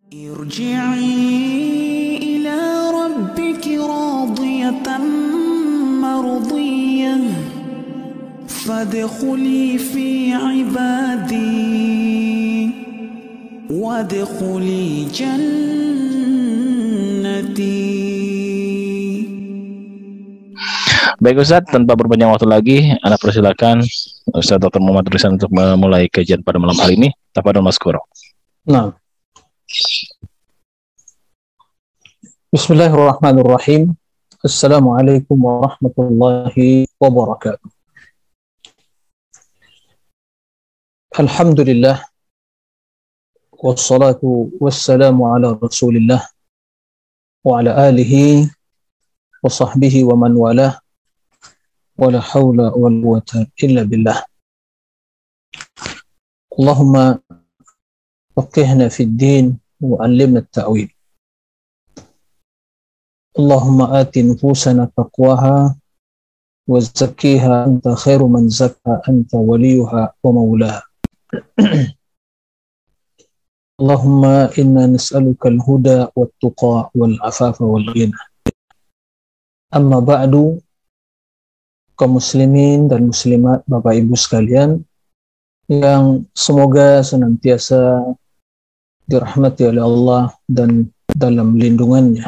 ارجعي إلى ربك راضية مرضية فادخلي في عبادي وادخلي جنتي. Baik Ustadz, tanpa berpanjang waktu lagi, Anda persilakan Ustadz Dr. Muhammad Rizan untuk memulai kajian pada malam hari ini. Tafadhol Mazkur. Nah. Bismillahirrahmanirrahim. Assalamualaikum warahmatullahi wabarakatuh. Alhamdulillah. Wassalatu wassalamu ala rasulillah wa ala alihi wa sahbihi wa man walah. Wala hawla wa la quwwata illa billah. Allahumma faqihna fid din wa 'allimna at-ta'wil. Allahumma ati nufusana taqwaha wa zakkiha anta khairu man zakka anta waliyuha wa maulaha. Allahumma inna nas'aluka al-huda wat-tuqa wal-afafa wal-ghina. Amma ba'du, kaum muslimin dan muslimat, Bapak Ibu sekalian yang semoga senantiasa dirahmati oleh Allah dan dalam lindungannya.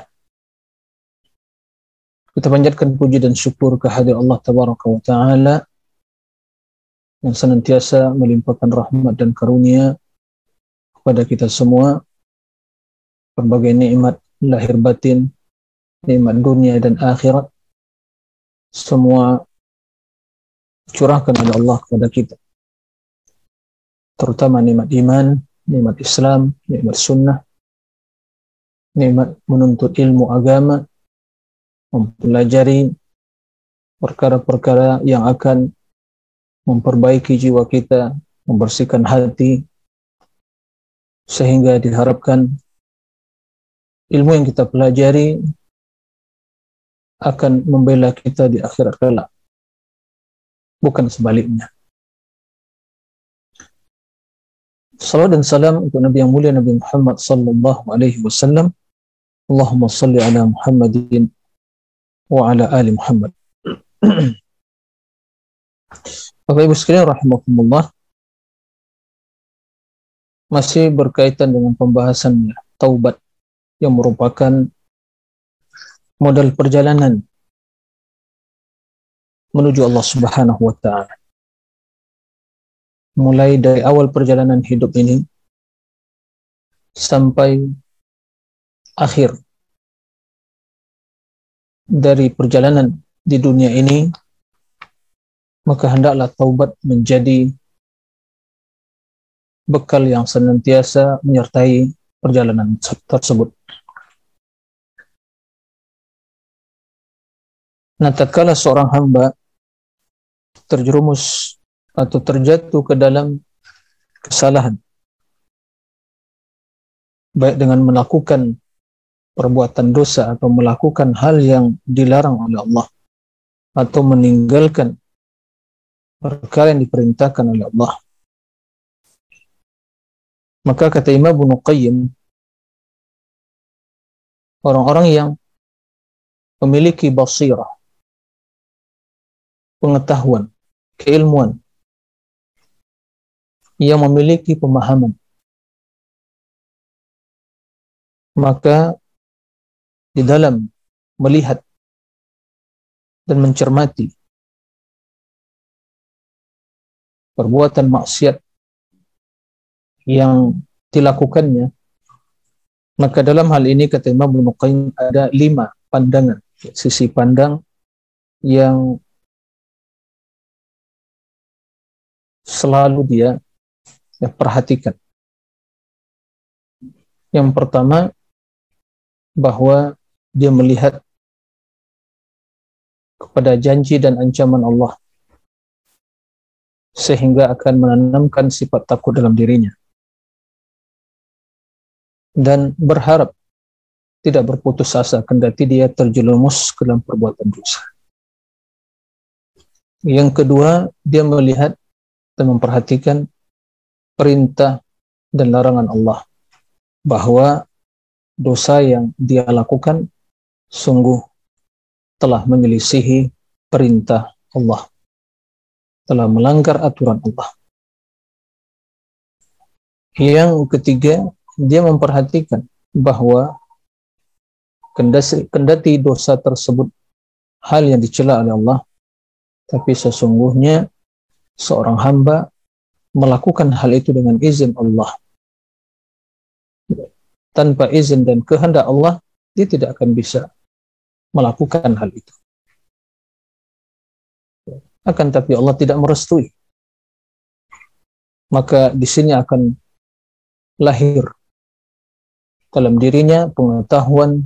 Kita panjatkan puji dan syukur kehadirat Allah Tabaraka wa Ta'ala yang senantiasa melimpahkan rahmat dan karunia kepada kita semua, berbagai nikmat lahir batin, nikmat dunia dan akhirat, semua curahkan oleh Allah kepada kita, terutama nikmat iman, nikmat Islam, nikmat sunnah, nikmat menuntut ilmu agama, mempelajari perkara-perkara yang akan memperbaiki jiwa kita, membersihkan hati, sehingga diharapkan ilmu yang kita pelajari akan membela kita di akhirat kelak, bukan sebaliknya. Salawat dan salam untuk Nabi yang mulia, Nabi Muhammad sallallahu alaihi wasallam. Allahumma salli ala Muhammadin wa ala ali Muhammad. Bapak Ibu sekalian rahimakumullah, masih berkaitan dengan pembahasan taubat yang merupakan modal perjalanan menuju Allah Subhanahu wa Ta'ala. Mulai dari awal perjalanan hidup ini sampai akhir dari perjalanan di dunia ini, maka hendaklah taubat menjadi bekal yang senantiasa menyertai perjalanan tersebut. Nah, tatkala seorang hamba terjerumus atau terjatuh ke dalam kesalahan, baik dengan melakukan perbuatan dosa atau melakukan hal yang dilarang oleh Allah, atau meninggalkan perkara yang diperintahkan oleh Allah, maka kata Imam Ibnu Qayyim, orang-orang yang memiliki basirah, pengetahuan, keilmuan, yang memiliki pemahaman, maka di dalam melihat dan mencermati perbuatan maksiat yang dilakukannya, maka dalam hal ini kata Imam Ibnu Qayyim ada 5 pandangan, sisi pandang yang selalu dia perhatikan. Yang pertama, bahwa dia melihat kepada janji dan ancaman Allah, sehingga akan menanamkan sifat takut dalam dirinya dan berharap tidak berputus asa kendati dia terjerumus ke dalam perbuatan dosa. Yang kedua, dia melihat dan memperhatikan perintah dan larangan Allah, bahwa dosa yang dia lakukan sungguh telah menyelisihi perintah Allah, telah melanggar aturan Allah. Yang ketiga, dia memperhatikan bahwa kendati dosa tersebut hal yang dicela oleh Allah, tapi sesungguhnya seorang hamba melakukan hal itu dengan izin Allah. Tanpa izin dan kehendak Allah, dia tidak akan bisa melakukan hal itu. Akan tapi Allah tidak merestui. Maka di sini akan lahir dalam dirinya pengetahuan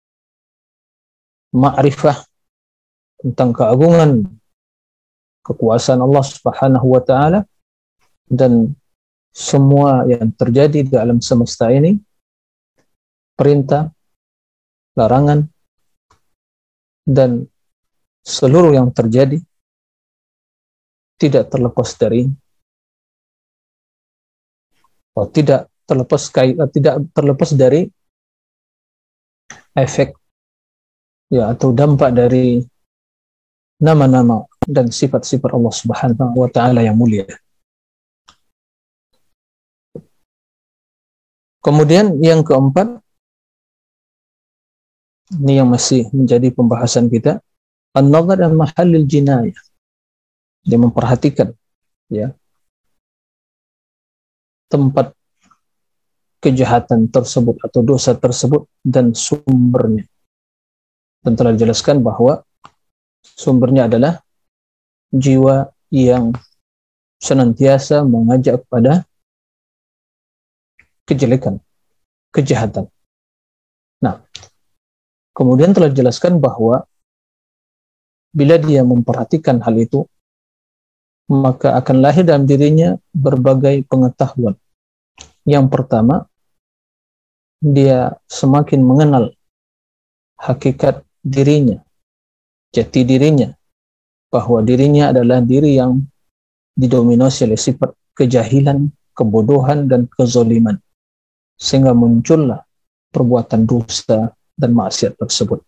ma'rifah tentang keagungan kekuasaan Allah Subhanahu wa taala dan semua yang terjadi di alam semesta ini, perintah, larangan, dan seluruh yang terjadi tidak terlepas dari tidak terlepas dari efek ya atau dampak dari nama-nama dan sifat-sifat Allah Subhanahu wa taala yang mulia. Kemudian yang keempat, ini yang masih menjadi pembahasan kita, an-nazar an mahallil jinayah. Dia memperhatikan ya tempat kejahatan tersebut atau dosa tersebut dan sumbernya. Dan telah dijelaskan bahwa sumbernya adalah jiwa yang senantiasa mengajak kepada kejelekan, kejahatan. Nah, kemudian telah dijelaskan bahwa bila dia memperhatikan hal itu, maka akan lahir dalam dirinya berbagai pengetahuan. Yang pertama, dia semakin mengenal hakikat dirinya, jati dirinya, bahwa dirinya adalah diri yang didominasi oleh sifat kejahilan, kebodohan, dan kezaliman, sehingga muncullah perbuatan dosa dan maksiat tersebut.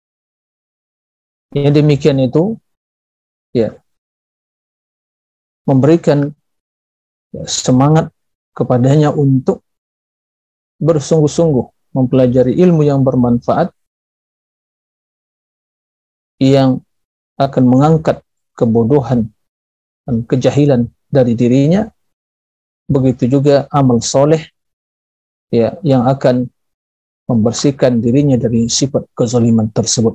Yang demikian itu ya memberikan semangat kepadanya untuk bersungguh-sungguh mempelajari ilmu yang bermanfaat yang akan mengangkat kebodohan dan kejahilan dari dirinya. Begitu juga amal soleh ya yang akan membersihkan dirinya dari sifat kezaliman tersebut.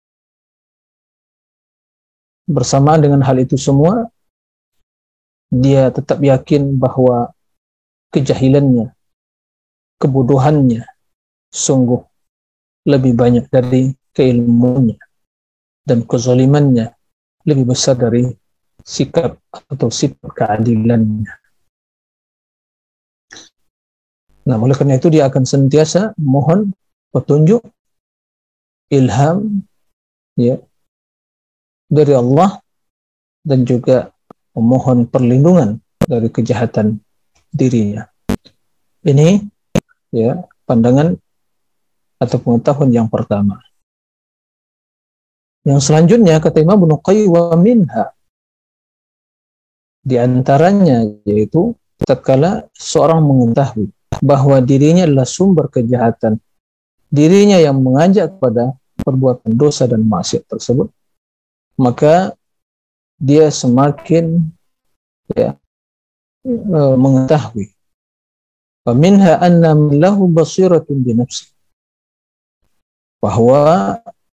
Bersamaan dengan hal itu semua, dia tetap yakin bahwa kejahilannya, kebodohannya sungguh lebih banyak dari keilmuannya, dan kezalimannya lebih besar dari sikap atau sifat keadilannya. Nah, oleh karena itu dia akan senantiasa mohon petunjuk, ilham ya dari Allah, dan juga memohon perlindungan dari kejahatan dirinya. Ini ya pandangan atau pengetahuan yang pertama. Yang selanjutnya kata Imam Ibnu Qayyim, wa minha, di antaranya yaitu tatkala seorang mengetahui bahwa dirinya adalah sumber kejahatan, dirinya yang mengajak kepada perbuatan dosa dan maksiat tersebut, maka dia semakin ya mengetahui wa minha anna lahu basiratun bi nafsi, bahwa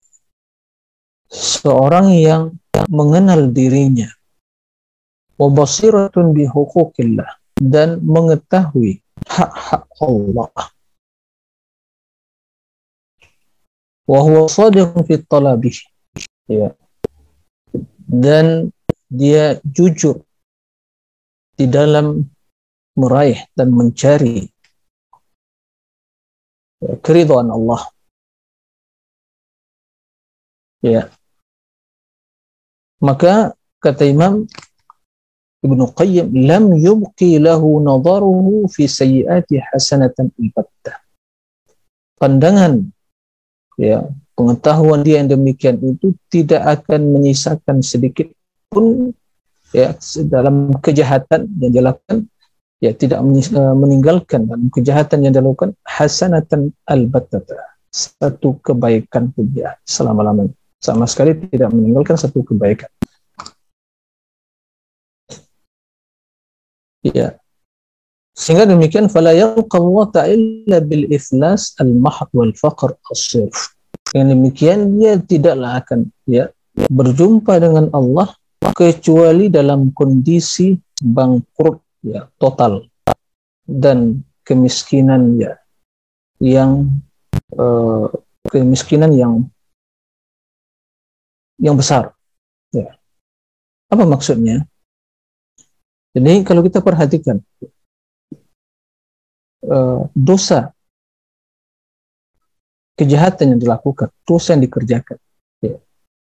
seorang yang mengenal dirinya, wa basiratun bi huquqillah, dan mengetahui hak-hak Allah, wa huwa shadiqun fi talabih ya, dan dia jujur di dalam meraih dan mencari keridhaan Allah ya, maka kata Imam Ibnu Qayyim, lam yubqi lahu nadaruhu fi sayyiati hasanatan albattah, pandangan, ya, pengetahuan dia yang demikian itu tidak akan menyisakan sedikit pun, ya, dalam kejahatan yang dilakukan, ya, tidak meninggalkan dalam kejahatan yang dilakukan hasanatan albattata, satu kebaikan pun dia selama-lamanya, sama sekali tidak meninggalkan satu kebaikan. Ya, sehingga demikian fala yalqa Allah ta'ala bil iflas al mahd wal faqr as-sirf. Yang demikian dia tidaklah akan, ya, berjumpa dengan Allah kecuali dalam kondisi bangkrut, ya, total, dan kemiskinan, ya, yang kemiskinan yang besar, ya. Apa maksudnya? Jadi kalau kita perhatikan dosa, kejahatan yang dilakukan, dosa yang dikerjakan, ya.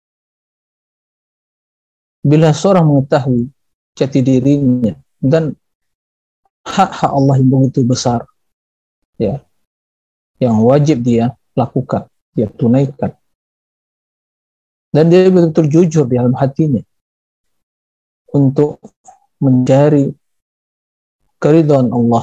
Bila seorang mengetahui jati dirinya dan hak-hak Allah yang begitu besar, ya, yang wajib dia lakukan, dia tunaikan, dan dia betul-betul jujur di dalam hatinya untuk mencari keridhaan Allah,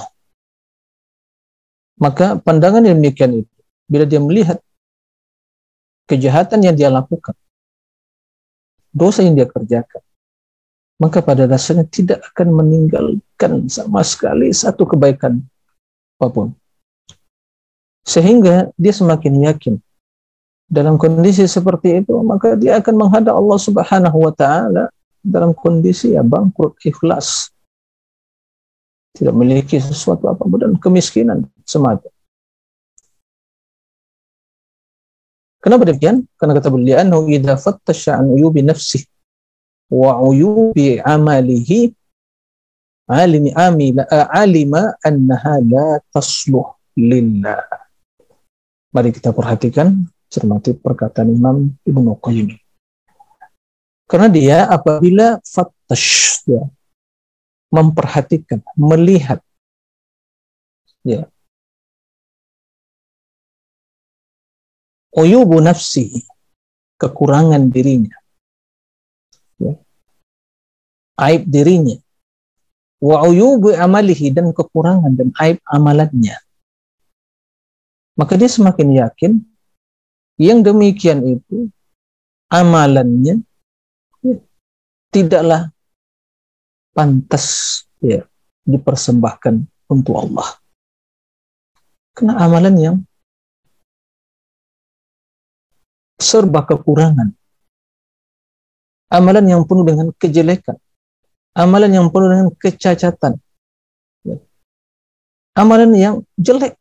maka pandangan yang demikian itu, bila dia melihat kejahatan yang dia lakukan, dosa yang dia kerjakan, maka pada dasarnya tidak akan meninggalkan sama sekali satu kebaikan apapun. Sehingga dia semakin yakin dalam kondisi seperti itu, maka dia akan menghadap Allah Subhanahu wa Ta'ala dalam kondisi, ya, bangkrut, ikhlas, tidak memiliki sesuatu apapun, dan kemiskinan semata. Kenapa demikian? Karena kata beliau, "Annahu idza fattasha an uyubi nafsihi wa uyubi amalihi alima annaha la tasluh lillah." Mari kita perhatikan, cermati perkataan Imam Ibnu Qayyim. Karena dia apabila fattash, ya, memperhatikan, melihat, ya, uyubu nafsi, kekurangan dirinya, ya, aib dirinya, wa uyubu amalihi, dan kekurangan dan aib amalannya, maka dia semakin yakin yang demikian itu amalannya, ya, tidaklah pantas, ya, dipersembahkan untuk Allah. Karena amalan yang serba kekurangan, amalan yang penuh dengan kejelekan, amalan yang penuh dengan kecacatan, ya, amalan yang jelek,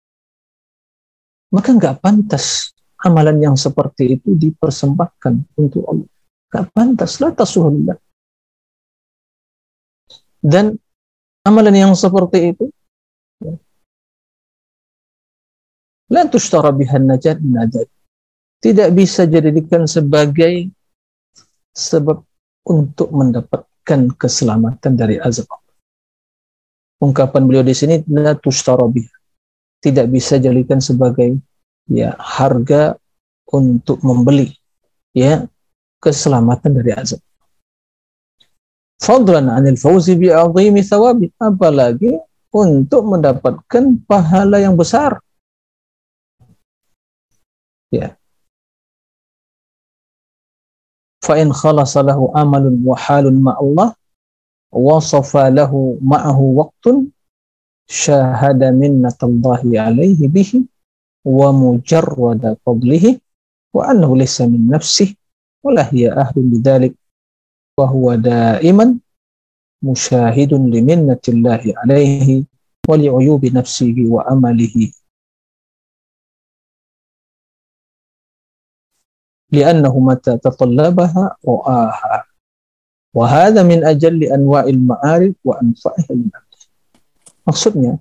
maka nggak pantas amalan yang seperti itu dipersembahkan untuk Allah. Nggak pantas, la tasuhulillah. Dan amalan yang seperti itu, ya, la tushtara bihan najat, tidak bisa dijadikan sebagai sebab untuk mendapatkan keselamatan dari azab Allah. Ungkapan beliau di sini, la tushtara biha, tidak bisa dijadikan sebagai, ya, harga untuk membeli, ya, keselamatan dari azab. Fadlan 'anil fawzi bi 'azimi thawabi, apalagi untuk mendapatkan pahala yang besar, ya. Fa in khalasa lahu amalun wa halun ma Allah wasafa lahu ma'ahu waqtun syahada minnatallahi alaihi bihi wa mujarrada fadlihi wa annahu laysa min nafsihi wa la hiya ahlun lidzalik wa huwa daiman musyahidun li minnatillahi alaihi wa li uyubi nafsihi wa amalihi li'annahu mata tatallabaha ra'aha wa hadha min ajalli anwa'il ma'arif wa anfa'iha lil abd. Maksudnya,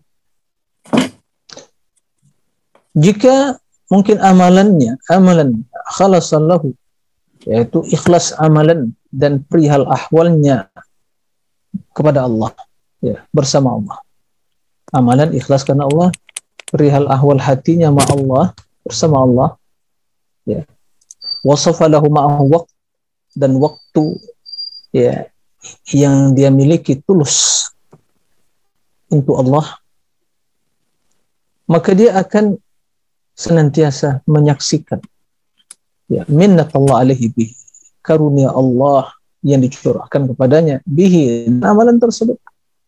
jika mungkin amalan khalasallahu, yaitu ikhlas amalan dan perihal ahwalnya kepada Allah, ya, bersama Allah. Amalan ikhlas karena Allah, perihal ahwal hatinya ma Allah, bersama Allah, ya. Wasafa lahu ma'ahu waqt, dan waktu, ya, yang dia miliki tulus untuk Allah, maka dia akan senantiasa menyaksikan, ya, minnatullah alaihi bihi, karunia Allah yang dicurahkan kepadanya bihi, amalan tersebut.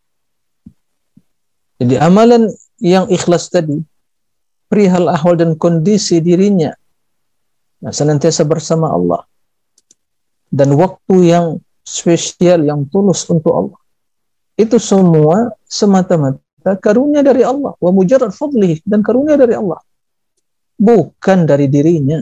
Jadi amalan yang ikhlas tadi, perihal ahwal dan kondisi dirinya, nah, senantiasa bersama Allah, dan waktu yang spesial, yang tulus untuk Allah, itu semua semata-mata karunia dari Allah, wa mujarrad fadlihi, dan karunia dari Allah, bukan dari dirinya.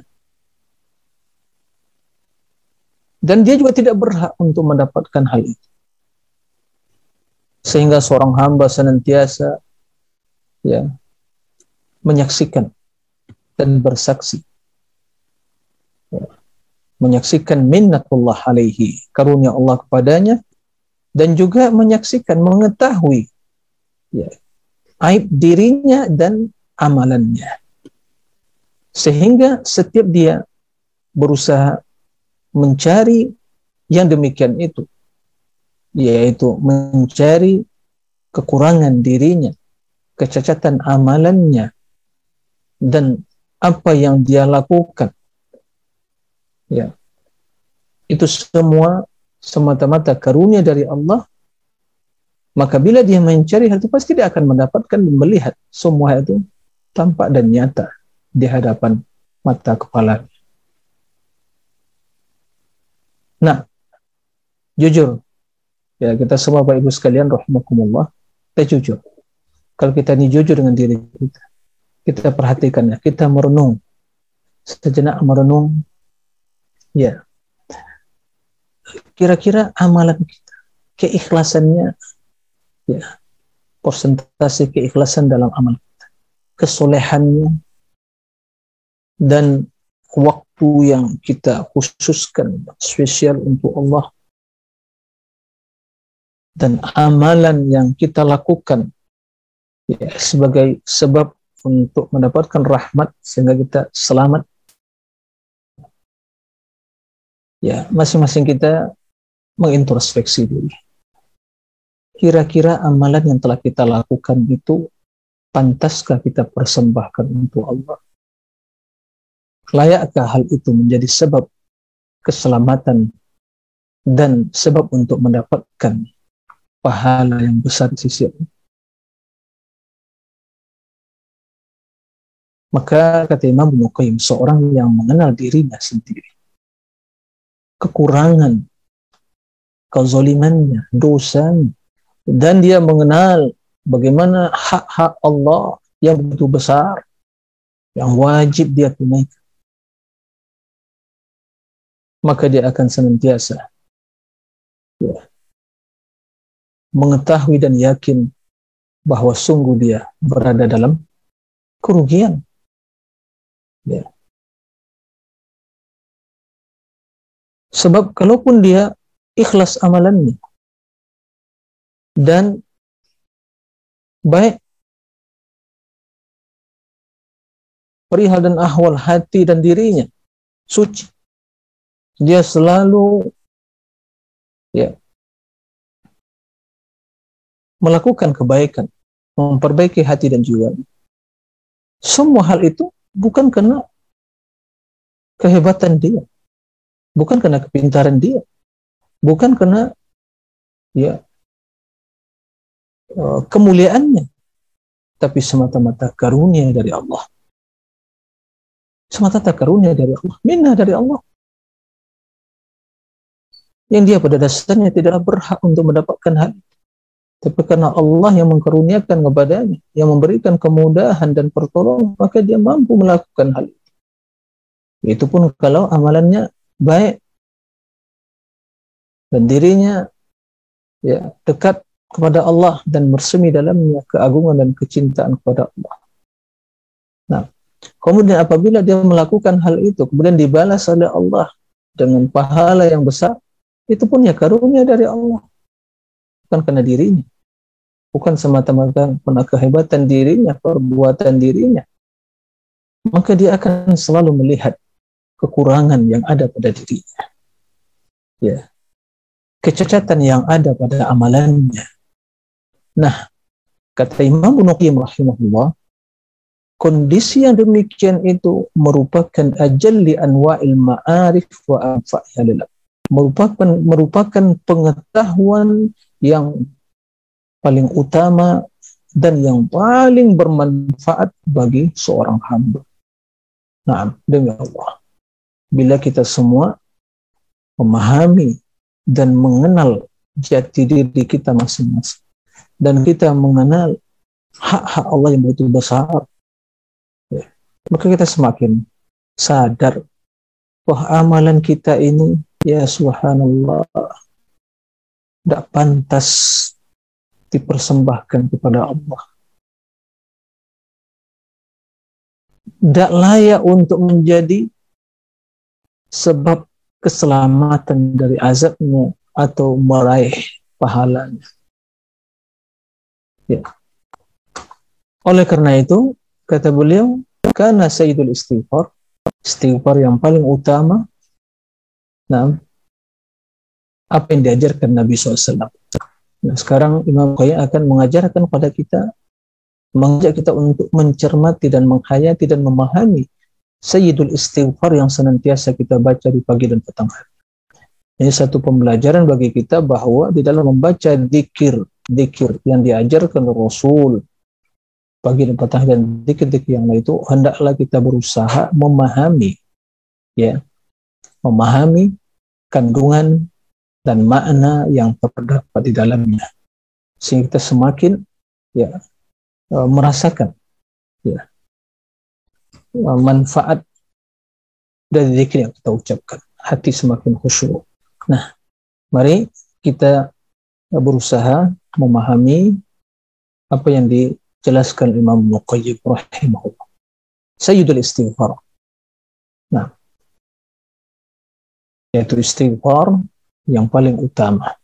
Dan dia juga tidak berhak untuk mendapatkan hal itu. Sehingga seorang hamba senantiasa, ya, menyaksikan dan bersaksi, ya, menyaksikan minnatullah alaihi, karunia Allah kepadanya, dan juga menyaksikan, mengetahui, ya, aib dirinya dan amalannya, sehingga setiap dia berusaha mencari yang demikian itu, yaitu mencari kekurangan dirinya, kecacatan amalannya, dan apa yang dia lakukan, ya, itu semua semata-mata karunia dari Allah. Maka bila dia mencari hal itu, pasti dia akan mendapatkan dan melihat semua itu tampak dan nyata di hadapan mata kepala. Nah, jujur, ya, kita semua Bapak Ibu sekalian rahimakumullah, kita jujur. Kalau kita ini jujur dengan diri kita perhatikan, ya, kita merenung sejenak, merenung, ya, kira-kira amalan kita, keikhlasannya, ya, persentase keikhlasan dalam amal kita, kesolehannya, dan waktu yang kita khususkan spesial untuk Allah, dan amalan yang kita lakukan, ya, sebagai sebab untuk mendapatkan rahmat sehingga kita selamat. Ya, masing-masing kita mengintrospeksi diri. Kira-kira amalan yang telah kita lakukan itu pantaskah kita persembahkan untuk Allah? Layakkah hal itu menjadi sebab keselamatan dan sebab untuk mendapatkan pahala yang besar di sisi Allah? Maka kata Imam Ibnu Qayyim, seorang yang mengenal dirinya sendiri, kekurangan, kezalimannya, dosanya, dan dia mengenal bagaimana hak-hak Allah yang begitu besar, yang wajib dia tunaikan, maka dia akan senantiasa, ya, mengetahui dan yakin bahwa sungguh dia berada dalam kerugian. Ya. Sebab kalaupun dia ikhlas amalannya dan baik perihal dan ahwal hati dan dirinya suci, dia selalu, ya, melakukan kebaikan, memperbaiki hati dan jiwa. Semua hal itu bukan karena kehebatan dia, bukan karena kepintaran dia, bukan karena, ya, kemuliaannya, tapi semata-mata karunia dari Allah. Semata-mata karunia dari Allah, minnah dari Allah, yang dia pada dasarnya tidak berhak untuk mendapatkan hal itu. Tapi karena Allah yang mengkaruniakan kepadanya, yang memberikan kemudahan dan pertolongan, maka dia mampu melakukan hal itu. Itu pun kalau amalannya baik dan dirinya, ya, dekat kepada Allah dan bersemi dalamnya keagungan dan kecintaan kepada Allah. Nah, kemudian apabila dia melakukan hal itu, kemudian dibalas oleh Allah dengan pahala yang besar, itu pun ya karunia dari Allah, bukan karena dirinya, bukan semata-mata karena kehebatan dirinya, perbuatan dirinya, maka dia akan selalu melihat kekurangan yang ada pada dirinya, ya, kecacatan yang ada pada amalannya. Nah, kata Imam Ibnu Qayyim rahimahullah, kondisi yang demikian itu merupakan ajalli anwa'il ma'arif wa anfa'iha lil merupakan pengetahuan yang paling utama dan yang paling bermanfaat bagi seorang hamba. Nah, demi Allah, bila kita semua memahami dan mengenal jati diri kita masing-masing, dan kita mengenal hak-hak Allah yang begitu besar, ya, maka kita semakin sadar bahwa amalan kita ini, ya subhanallah, tidak pantas dipersembahkan kepada Allah, tidak layak untuk menjadi sebab keselamatan dari azabnya atau meraih pahalanya. Ya. Oleh karena itu, kata beliau, karena sayyidul istighfar, istighfar yang paling utama, nah, apa yang diajarkan Nabi SAW. Nah, sekarang Imam Qayyim akan mengajarkan pada kita, mengajak kita untuk mencermati dan menghayati dan memahami sayyidul istighfar yang senantiasa kita baca di pagi dan petang hari. Ini satu pembelajaran bagi kita bahwa di dalam membaca zikir yang diajarkan Rasul pagi dan petang dan zikir-zikir yang lain itu, hendaklah kita berusaha memahami, ya, memahami kandungan dan makna yang terdapat di dalamnya, sehingga kita semakin, ya, merasakan, ya, manfaat dari zikir yang kita ucapkan, hati semakin khusyuk. Nah, mari kita berusaha memahami apa yang dijelaskan Imam Ibnu Qayyim rahimahullah, sayyidul istighfar. Nah, yaitu istighfar yang paling utama,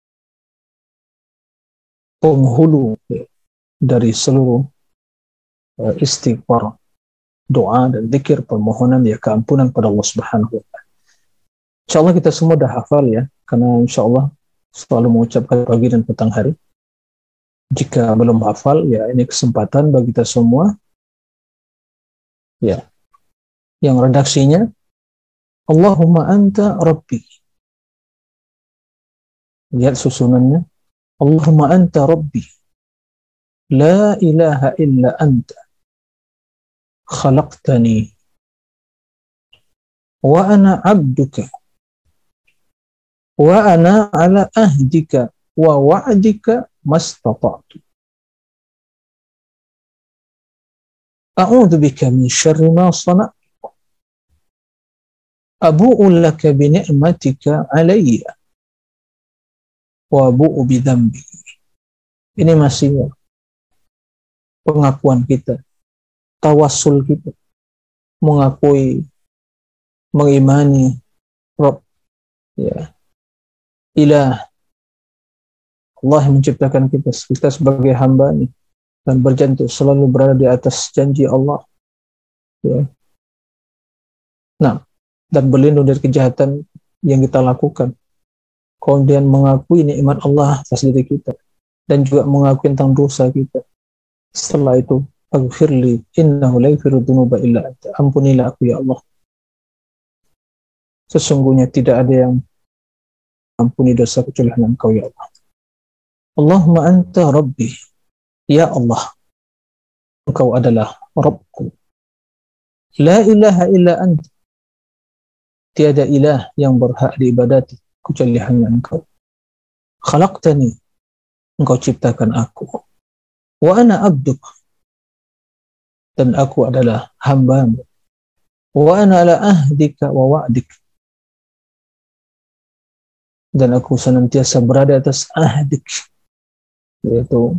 penghulu dari seluruh istighfar, doa dan zikir permohonan, ya, keampunan pada Allah Subhanahu wa taala. Insyaallah kita semua dah hafal, ya, karena insyaallah selalu mengucapkan pagi dan petang hari. Jika belum hafal, ya, ini kesempatan bagi kita semua, ya, yang redaksinya Allahumma anta rabbi. Lihat susunannya, Allahumma anta rabbi, la ilaha illa anta, khalaqtani, wa ana abduka, wa ana ala ahdika wa wa'dika mastata'tu. A'udzu bika min syarri ma sana'tu. Abu'u laka bi ni'matika 'alayya wa abu'u bi dzambi. Ini masih pengakuan kita, tawassul kita, mengakui, mengimani Rabb, ya, Ilah, Allah yang menciptakan kita sebagai hamba-Nya dan berjanji selalu berada di atas janji Allah, ya. Nah, dan berlindung dari kejahatan yang kita lakukan. Kemudian mengakui nikmat Allah atas diri kita dan juga mengakui tentang dosa kita. Setelah itu, aghfirli innahu la yaghfiru dzunuba illa anta. Ampunilah aku, ya Allah. Sesungguhnya tidak ada yang ampuni dosa kecuali Engkau, ya Allah. Allahumma anta rabbi, ya Allah, Engkau adalah Rabbku. La ilaha illa anta, tiada ilah yang berhak diibadati kecuali hanya Engkau. Khalaqtani, Engkau ciptakan aku. Wa ana abduk, dan aku adalah hamba-Mu. Wa ana ala ahdika wa wa'dik, dan aku senantiasa berada atas ahdik, yaitu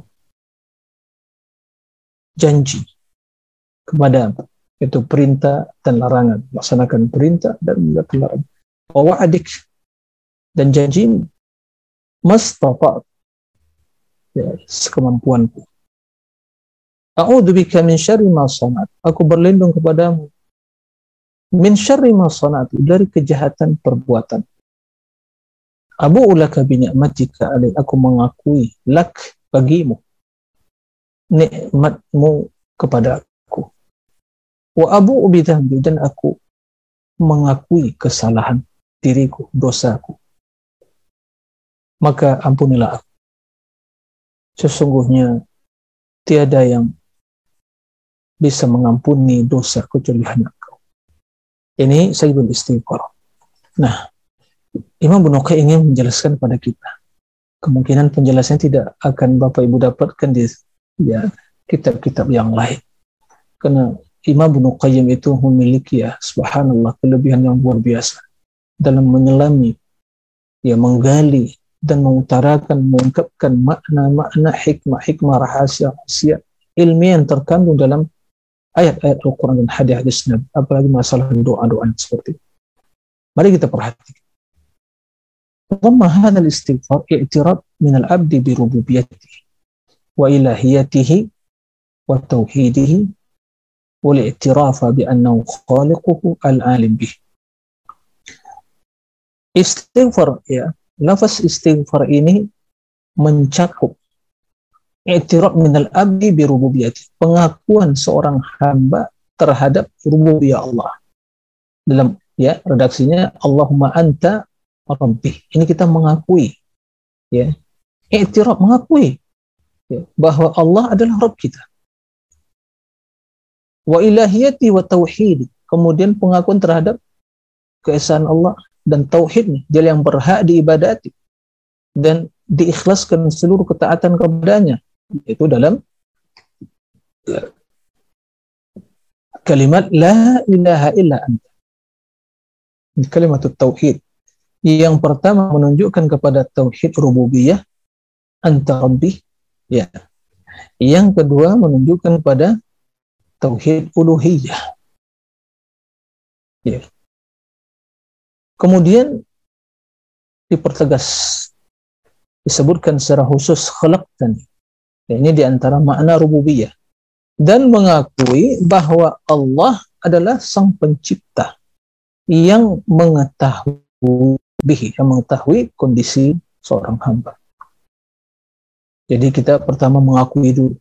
janji kepada, yaitu perintah dan larangan, laksanakan perintah dan meninggalkan larangan. Wa wa'dik, dan janji, mastata'tu, ya, sekemampuanku. A'udzubika min syarri ma sana'tu. Aku berlindung kepadamu min syarri ma sana'tu, dari kejahatan perbuatan. Abu'u laka bi ni'matika alai, aku mengakui lak, bagimu, nikmatmu kepada aku. Wa abu'u bi dzambi, dan aku mengakui kesalahan diriku, dosaku. Maka ampunilah aku. Sesungguhnya tiada yang bisa mengampuni dosa kecuali hanya Engkau. Ini sayyidul istighfar. Nah, Imam Ibnu Qayyim ingin menjelaskan pada kita. Kemungkinan penjelasannya tidak akan Bapak Ibu dapatkan di kitab-kitab yang lain. Karena Imam Ibnu Qayyim itu memiliki subhanallah kelebihan yang luar biasa dalam menyelami, menggali dan mengutarakan, mengungkapkan makna-makna hikmah-hikmah rahasia ilmiah yang terkandung dalam ayat-ayat Al-Quran dan hadis-hadis Nabi, apalagi masalah doa-doa seperti itu. Mari kita perhatikan. Dhamma hadzal istighfar i'tiraf min al-'abdi bi rububiyyatihi wa ilahiyatihi wa tauhidihi wal i'tirafa bi annahu khaliquhu al-'alim bih. Istighfar, lafaz istighfar ini mencakup i'tiraf minal abdi bi rububiyyati, pengakuan seorang hamba terhadap rububiyah Allah. Dalam redaksinya Allahumma anta rabbi. Ini kita mengakui, i'tiraf, mengakui bahwa Allah adalah Rabb kita. Wa ilahiyati wa tauhid, kemudian pengakuan terhadap keesaan Allah dan tauhidnya, dia yang berhak diibadati dan diikhlaskan seluruh ketaatan kepadanya, itu dalam kalimat la ilaha illa anta, kalimat tauhid. Yang pertama menunjukkan kepada tauhid rububiyah, anta rabbi, yang kedua menunjukkan pada tauhid uluhiyah, Kemudian dipertegas, disebutkan secara khusus khalaqtani. Ini diantara makna rububiyah, dan mengakui bahwa Allah adalah sang pencipta yang mengetahui kondisi seorang hamba. Jadi kita pertama mengakui dulu,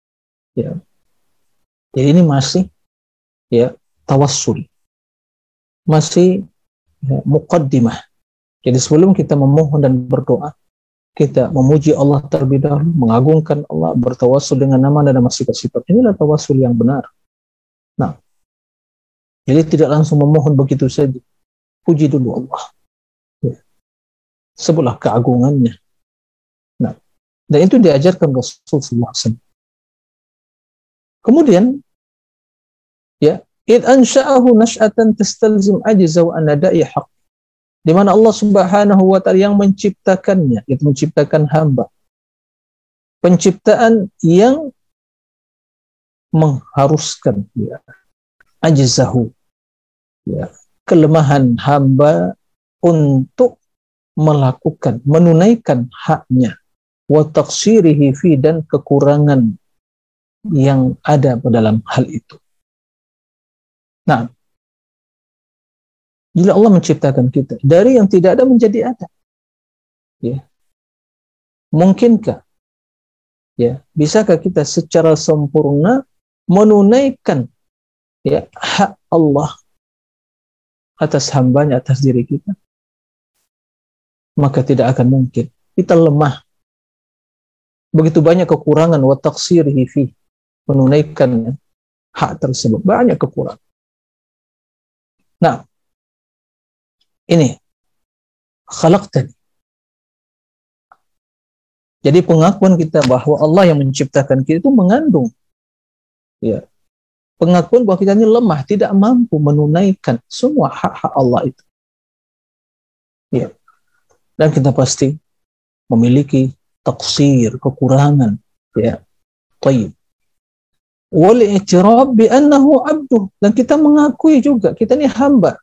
Jadi ini masih tawassul, masih muqaddimah. Jadi sebelum kita memohon dan berdoa, kita memuji Allah terlebih dahulu, mengagungkan Allah, bertawassul dengan nama dan nama sifat-sifat. Inilah tawassul yang benar. Nah, jadi tidak langsung memohon begitu saja. Puji dulu Allah. Sebutlah keagungannya. Nah, dan itu diajarkan Rasulullah SAW. Kemudian, id ansha'ahu nash'atan tastalzim ajza wa anada'i haqq, di mana Allah Subhanahu wa ta'ala yang menciptakannya, itu menciptakan hamba, penciptaan yang mengharuskan ajzahu, kelemahan hamba untuk melakukan, menunaikan haknya, wa taqsirihi fi, dan kekurangan yang ada dalam hal itu. Nah, bila Allah menciptakan kita dari yang tidak ada menjadi ada, mungkinkah, bisakah kita secara sempurna menunaikan hak Allah atas hambanya, atas diri kita? Maka tidak akan mungkin. Kita lemah, begitu banyak kekurangan, wa taqsirihi fi, menunaikan hak tersebut, banyak kekurangan. Nah, ini khalaqtani. Jadi pengakuan kita bahwa Allah yang menciptakan kita itu mengandung pengakuan bahwa kita ini lemah, tidak mampu menunaikan semua hak-hak Allah itu. Dan kita pasti memiliki taksir, kekurangan, Tayyib. Wal i'tiraf bi annahu 'abduh, dan kita mengakui juga kita ini hamba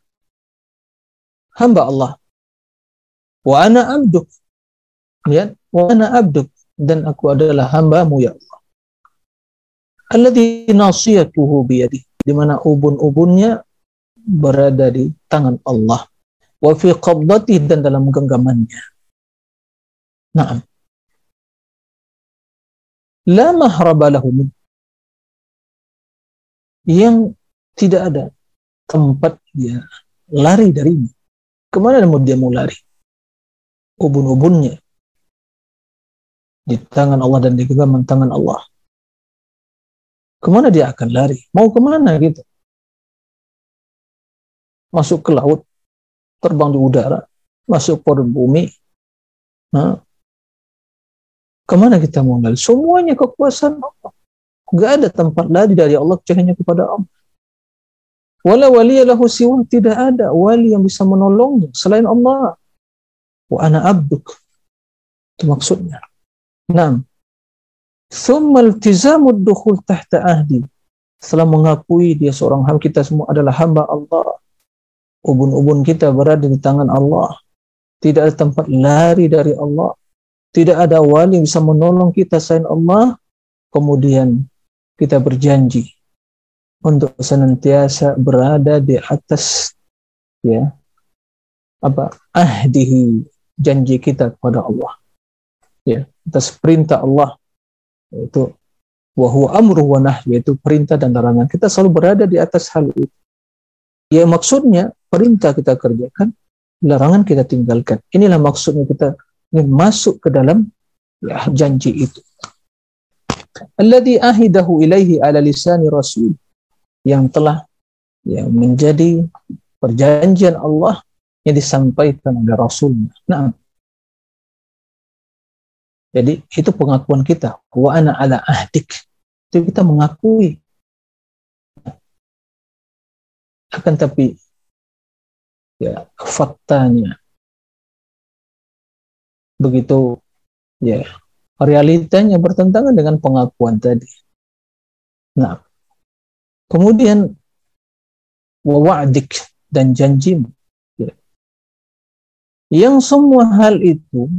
Allah. Wa ana 'abduk, wa ana 'abduk, dan aku adalah hamba-Mu ya Allah. Alladzi nasiyatuhu biyadihi, di mana ubun-ubunnya berada di tangan Allah. Wa fi qabdatihi, dan dalam genggamannya. Naam. La mahraba lahu min, yang tidak ada tempat dia lari darinya. Kemana dia mau lari? Ubun-ubunnya di tangan Allah dan di genggaman tangan Allah. Kemana dia akan lari? Mau kemana gitu? Masuk ke laut, terbang di udara, masuk ke bumi. Nah, kemana kita mau lari? Semuanya kekuasaan Allah. Gak ada tempat lari dari Allah kecuali hanya kepada Allah. Wala waliya lahu siwa, tidak ada wali yang bisa menolongnya selain Allah. Wa ana abduk, itu maksudnya. Naam. Thumma iltizamud dukhul tahta ahdi, setelah mengakui dia seorang hamba, kita semua adalah hamba Allah. Ubun-ubun kita berada di tangan Allah. Tidak ada tempat lari dari Allah. Tidak ada wali yang bisa menolong kita selain Allah. Kemudian kita berjanji untuk senantiasa berada di atas ahdihi, janji kita kepada Allah, atas perintah Allah, yaitu wa huwa amru wa nahy, yaitu perintah dan larangan. Kita selalu berada di atas hal itu. Ya, maksudnya perintah kita kerjakan, larangan kita tinggalkan. Inilah maksudnya kita ingin masuk ke dalam janji itu. Alladzi ahidahu ilaihi ala lisani rasul, yang telah menjadi perjanjian Allah yang disampaikan oleh Rasulnya. Nah, jadi itu pengakuan kita. Wa ana ala ahdik, itu kita mengakui. Akan tapi faktanya begitu, realitanya bertentangan dengan pengakuan tadi. Nah, kemudian wa wa'dik, dan janjimu, yang semua hal itu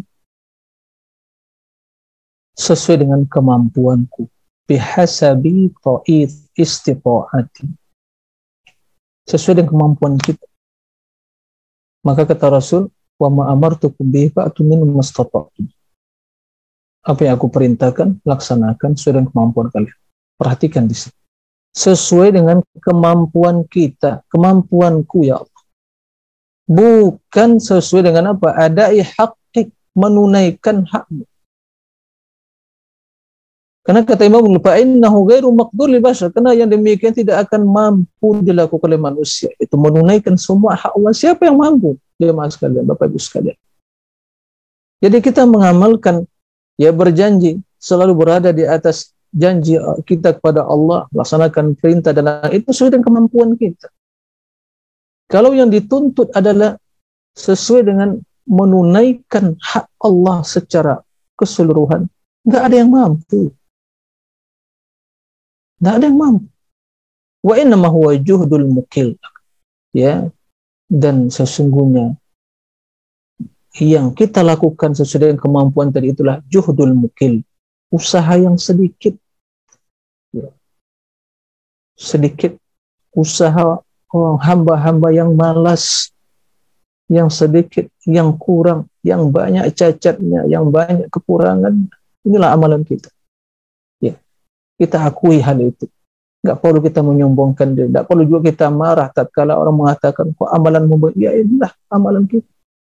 sesuai dengan kemampuanku, bihasabi ta'id istita'ati, sesuai dengan kemampuan kita. Maka kata Rasul, wa ma amartukum bihi fa'tu min mastata'tum, apa yang aku perintahkan laksanakan sesuai dengan kemampuan kalian. Perhatikan di sini, sesuai dengan kemampuan kita, kemampuanku ya Allah, bukan sesuai dengan apa, adai haqqik, menunaikan hakmu. Karena kata Imam Al-Fa'innahu ghairu maqdur li bashar, karena yang demikian tidak akan mampu dilakukan oleh manusia, itu menunaikan semua hak Allah. Siapa yang mampu? Jemaah sekalian, Bapak Ibu sekalian. Jadi kita mengamalkan, berjanji, selalu berada di atas janji kita kepada Allah, laksanakan perintah dan itu sesuai dengan kemampuan kita. Kalau yang dituntut adalah sesuai dengan menunaikan hak Allah secara keseluruhan, nggak ada yang mampu. Nggak ada yang mampu. Wa innama huwa juhdul mukil. Dan sesungguhnya yang kita lakukan sesuai dengan kemampuan tadi itulah juhdul mukil, usaha yang sedikit. Sedikit usaha hamba-hamba yang malas, yang sedikit, yang kurang, yang banyak cacatnya, yang banyak kekurangan. Inilah amalan kita. Kita akui hal itu. Nggak perlu kita menyombongkan diri. Nggak perlu juga kita marah tatkala orang mengatakan, kok amalanmu baik? Ya inilah amalan kita.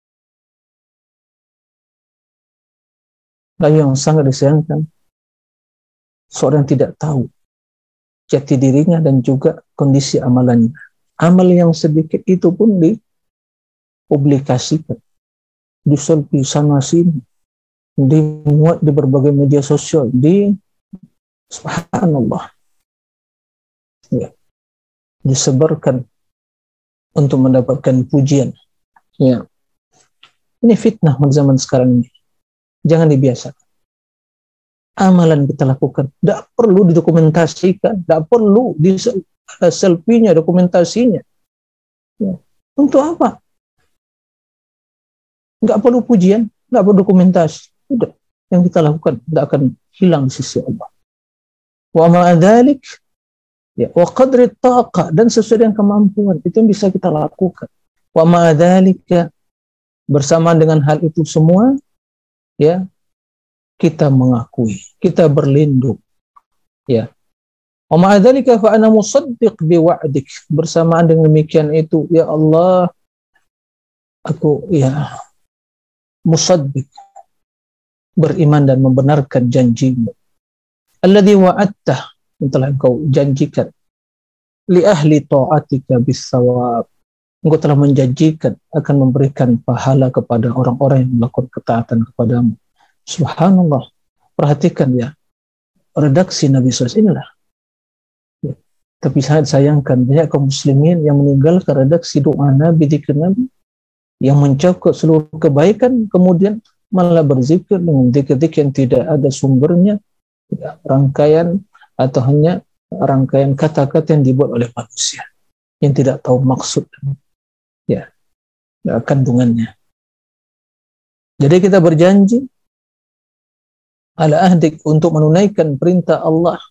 Nah, yang sangat disayangkan, seorang tidak tahu jati dirinya dan juga kondisi amalannya. Amal yang sedikit itu pun dipublikasikan, diselfie sana sini, dimuat di berbagai media sosial, subhanallah, disebarkan untuk mendapatkan pujian. Ini fitnah zaman sekarang ini. Jangan dibiasakan. Amalan kita lakukan, tidak perlu didokumentasikan, tidak perlu di selfie-nya, dokumentasinya. Untuk apa? Nggak perlu pujian, nggak perlu dokumentasi. Udah, yang kita lakukan tidak akan hilang di sisi Allah. Wa ma'adzalik, ya, wa qadri taqah, dan sesuai dengan kemampuan itu yang bisa kita lakukan. Wa ma'adzalika, bersamaan dengan hal itu semua, ya, kita mengakui, kita berlindung, ya. Wa ma'adzalika fa ana musaddiq bi wa'dik, bersamaan dengan demikian itu, ya Allah, aku, ya, musaddiq, beriman dan membenarkan janjimu, alladzi wa'adtah, yang telah engkau janjikan, li ahli ta'atika bis-shawab, engkau telah menjanjikan akan memberikan pahala kepada orang-orang yang melakukan ketaatan kepadamu. Subhanallah, perhatikan ya, redaksi Nabi SAW inilah. Ya. Tapi sangat sayangkan banyak kaum muslimin yang meninggalkan redaksi doa Nabi, zikir Nabi, yang mencakup seluruh kebaikan, kemudian malah berzikir dengan zikir-zikir yang tidak ada sumbernya, ya, rangkaian atau hanya rangkaian kata-kata yang dibuat oleh manusia yang tidak tahu maksud, ya, kandungannya. Jadi kita berjanji ala ahdik untuk menunaikan perintah Allah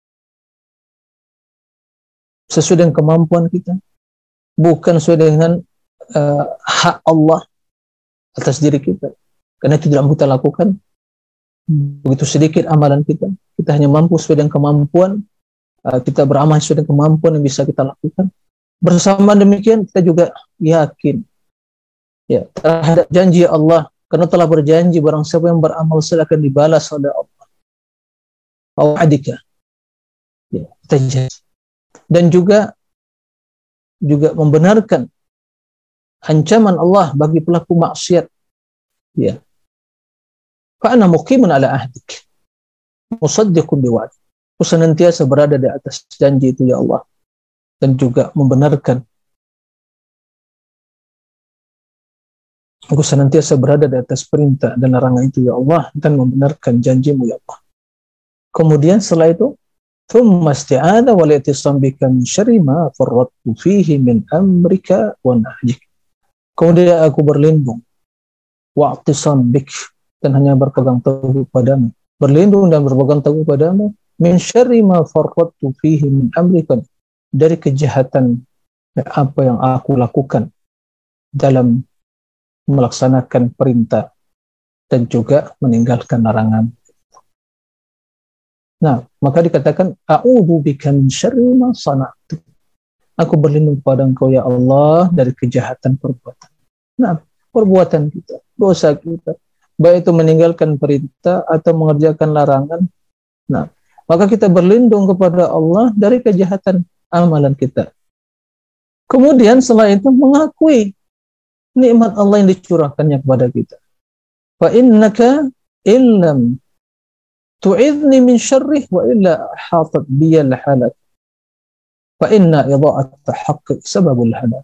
sesuai dengan kemampuan kita, bukan sesuai dengan hak Allah atas diri kita, karena itu tidak kita lakukan. Begitu sedikit amalan kita hanya mampu sesuai dengan kemampuan, kita beramal sesuai dengan kemampuan yang bisa kita lakukan. Bersama demikian kita juga yakin, ya, terhadap janji Allah, karena telah berjanji barang siapa yang beramal soleh akan dibalas oleh Allah. Wa'adika, ya, kita janji. Dan juga membenarkan ancaman Allah bagi pelaku maksiat, ya. Fa ana muqimun ala ahdik musaddiqun biwa'dik, aku senantiasa berada di atas janji itu ya Allah, dan juga membenarkan, aku senantiasa berada di atas perintah dan larangan itu ya Allah, dan membenarkan janjimu ya Allah. Kemudian setelah itu, thumma isti'adha wal i'tisam bika min syarri ma farrattu fihi min amrika wa nahyik. Kemudian aku berlindung, wa'tisam bik, dan hanya berpegang teguh padamu, berlindung dan berpegang teguh padamu, min syarri ma farrattu fihi min amrika, dari kejahatan apa yang aku lakukan dalam melaksanakan perintah dan juga meninggalkan larangan. Nah, maka dikatakan a'udzu bika min syarri ma sana'tu, aku berlindung kepada Engkau ya Allah dari kejahatan perbuatan. Nah, perbuatan kita, dosa kita, baik itu meninggalkan perintah atau mengerjakan larangan. Nah, maka kita berlindung kepada Allah dari kejahatan amalan kita. Kemudian setelah itu mengakui nikmat Allah yang dicurahkannya kepada kita. Fa innaka illam tu'idni min syarrih wa illa hatat biyal halak. Fa inna idha'at haqqi sababul halak.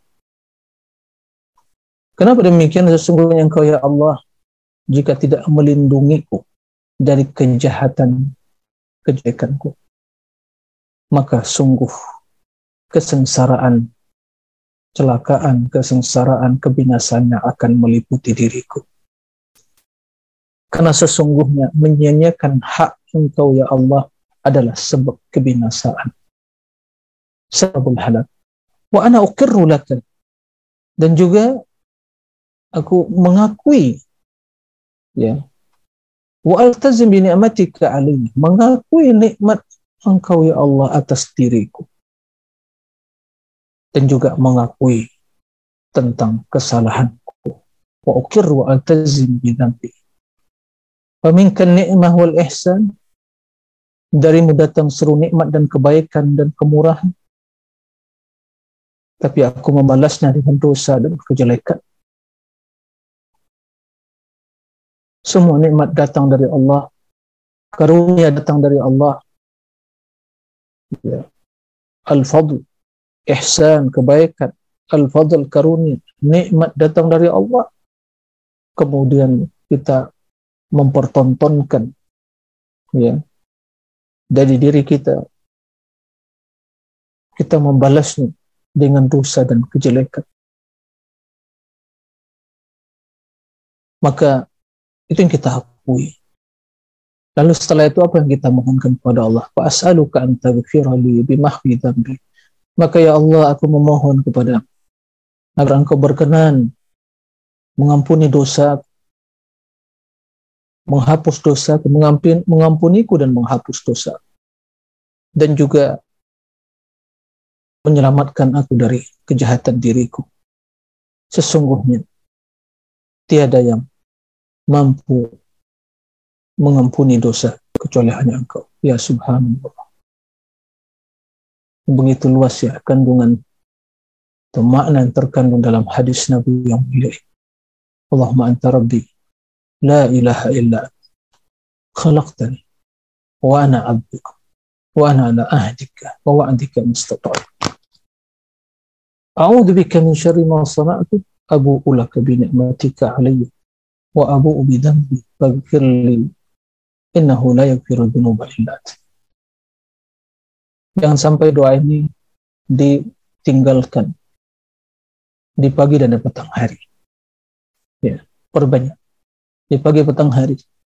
Kenapa demikian? Sesungguhnya Engkau ya Allah, jika tidak melindungiku dari kejahatan-kejelekanku, maka sungguh kesengsaraan, kecelakaan, kesengsaraan, kebinasaan yang akan meliputi diriku. Karena sesungguhnya menyia-nyiakan hak Engkau ya Allah adalah sebab kebinasaan, sebabul halak. Wa ana uqirru laka, dan juga aku mengakui, ya, wa altazim bi ni'matika alayya, mengakui nikmat Engkau ya Allah atas diriku, dan juga mengakui tentang kesalahanku. Wa uqirru wa altazim bi dhanbi. Fa minka ni'mah wal ihsan, darimu datang seluruh nikmat dan kebaikan dan kemurahan, tapi aku membalasnya dengan dosa dan kejelekan. Semua nikmat datang dari Allah, karunia datang dari Allah, ya. Al-fadl, ihsan, kebaikan, al-fadl, karunia, nikmat datang dari Allah. Kemudian kita mempertontonkan, ya, dari diri kita, kita membalasnya dengan dosa dan kejelekan. Maka itu yang kita akui. Lalu setelah itu apa yang kita mohonkan kepada Allah? Fa as'aluka an taghfira li bimahwi dzambi. Maka ya Allah, aku memohon kepada agar Engkau berkenan mengampuni dosa, menghapus dosa, mengampuniku dan menghapus dosa, dan juga menyelamatkan aku dari kejahatan diriku. Sesungguhnya tiada yang mampu mengampuni dosa kecuali hanya Engkau, ya Subhanallah. Begitu luas ya kandungan atau makna yang terkandung dalam hadis Nabi yang mulia. Allahumma anta rabbi la ilaha illa khalaqtani wa ana abduka wa ana ala ahdika wa wa'dika mustata'in. A'udzu bika min syarri ma sana'tu abu'u laka bi ni'matika 'alayya wa abu'u bi dhanbi faghfir li innahu la yaghfiru dhunuba illa anta. Jangan sampai doa ini ditinggalkan di pagi dan di petang hari. Ya, perbanyak di pagi petang hari.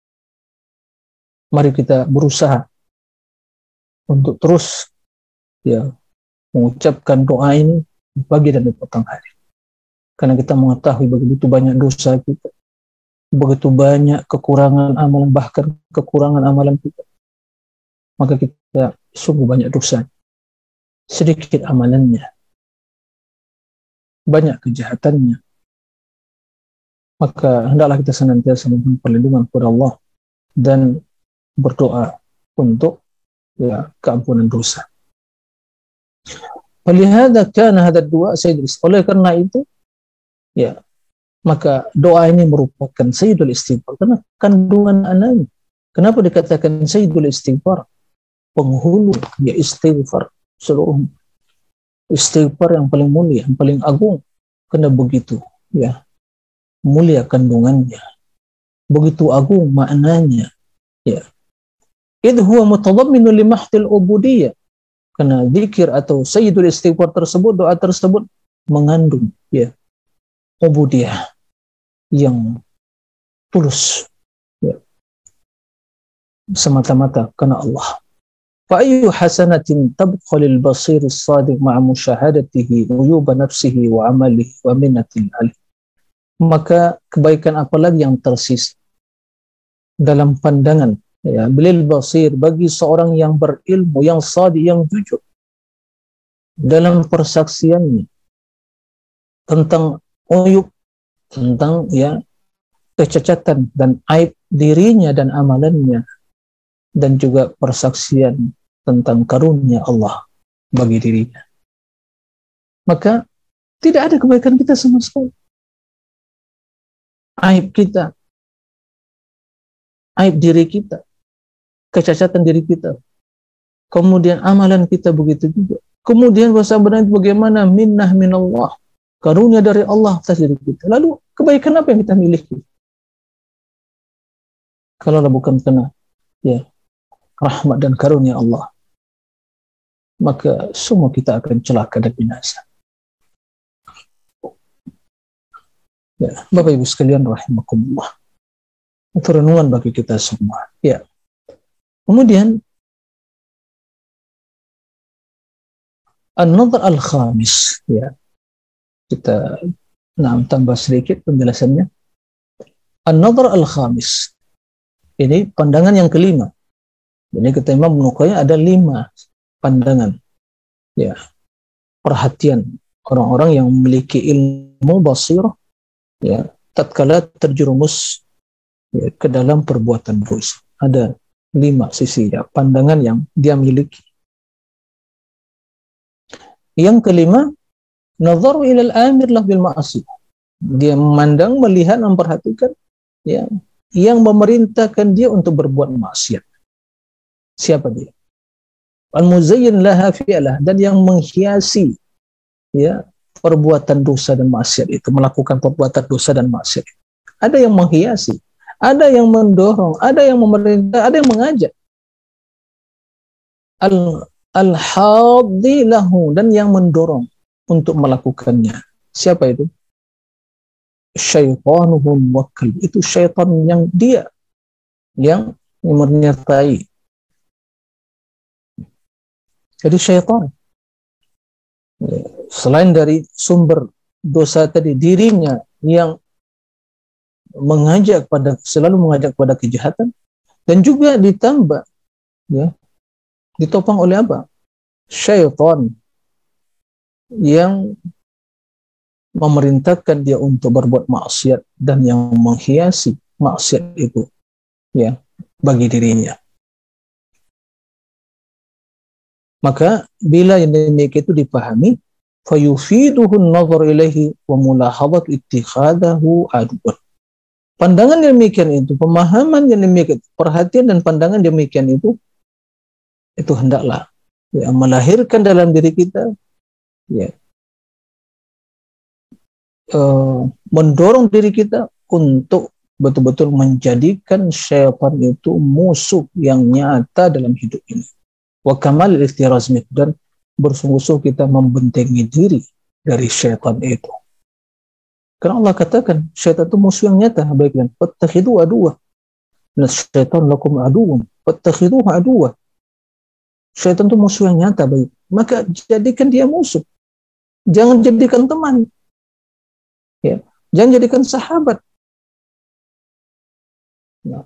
Mari kita berusaha untuk terus ya mengucapkan doa ini di pagi dan di petang hari. Karena kita mengetahui begitu banyak dosa kita, begitu banyak kekurangan amalan, bahkan kekurangan amalan kita. Maka kita sungguh banyak dosa, sedikit amalannya, banyak kejahatannya. Maka hendaklah kita senantiasa memohon perlindungan kepada Allah dan berdoa untuk ya keampunan dosa. Walihada kana hadha dua sayyidul istighfar. Oleh karena itu ya maka doa ini merupakan sayyidul istighfar karena kandungan ananya. Kenapa dikatakan sayyidul istighfar? Penghulu ya istighfar, seluruh istighfar yang paling mulia, yang paling agung. Karena begitu ya mulia kandungannya, begitu agung maknanya ya. Idh huwa mutadamminun li mahdil ubudiyah. Karena zikir atau sayyidul istighfar tersebut, doa tersebut mengandung ya ubudiyah yang tulus ya, semata-mata karena Allah. Fa ayyu hasanatin tabqa lil basir as-sadiq ma'a musyahadatihi uyuba nafsihi wa amalihi wa minnatil alih. Maka kebaikan apalagi yang tersisa dalam pandangan ya bilil basir bagi seorang yang berilmu, yang shadiq, yang jujur dalam persaksiannya tentang uyub, tentang ya kecacatan dan aib dirinya dan amalannya, dan juga persaksian tentang karunia Allah bagi dirinya. Maka tidak ada kebaikan kita sama sekali. Aib kita, aib diri kita, kecacatan diri kita, kemudian amalan kita begitu juga. Kemudian benar bagaimana minnah minallah, karunia dari Allah atas diri kita. Lalu kebaikan apa yang kita miliki? Kalau bukan karena ya rahmat dan karunia Allah, maka semua kita akan celaka dan binasa. Ya, Bapak Ibu sekalian rahimakumullah. Itu renungan bagi kita semua. Ya. Kemudian an-nadhr al-khamis ya. Kita tambah sedikit penjelasannya. An-nadhr al-khamis. Ini pandangan yang kelima. Jadi kata Imam Ibnu Qayyim ada 5 pandangan. Ya. Perhatian orang-orang yang memiliki ilmu basirah ya, tatkala terjerumus ya, ke dalam perbuatan dosa. Ada 5 sisi ya, pandangan yang dia miliki. Yang kelima, nazaru ilal amir lah bil ma'asi. Dia memandang, melihat, memperhatikan ya, yang memerintahkan dia untuk berbuat maksiat. Siapa dia? Al-muzayyin laha fi'lah, dan yang menghiasi ya perbuatan dosa dan maksiat itu, melakukan perbuatan dosa dan maksiat. Ada yang menghiasi, ada yang mendorong, ada yang memerintah, ada yang mengajak. Al-haddi lahu, dan yang mendorong untuk melakukannya. Siapa itu? Syaitanuhum wakil. Itu syaitan yang dia yang yang menyertai. Jadi syaitan, selain dari sumber dosa tadi, dirinya yang selalu mengajak pada kejahatan, dan juga ditambah, ya, ditopang oleh apa? Syaitan yang memerintahkan dia untuk berbuat maksiat dan yang menghiasi maksiat itu, ya, bagi dirinya. Maka bila yang demikian itu dipahami, fayufiduhu an-nazar ilaihi wa mulahadhat ittikhadahu aduwan. Pandangan demikian itu, pemahaman yang demikian, perhatian dan pandangan demikian itu hendaklah, ya, melahirkan dalam diri kita, ya, mendorong diri kita untuk betul-betul menjadikan syaitan itu musuh yang nyata dalam hidup ini. Wa kamal istirazmik, dan bersungguh-sungguh kita membentengi diri dari syaitan itu. Karena Allah katakan syaitan itu musuh yang nyata. Baiklah, fattakhidhu aduwwa. Nah, syaitan lakum aduwwun fattakhidhuhu aduwwa. Syaitan itu musuh yang nyata, baik. Maka jadikan dia musuh. Jangan jadikan teman. Ya, jangan jadikan sahabat. Nah.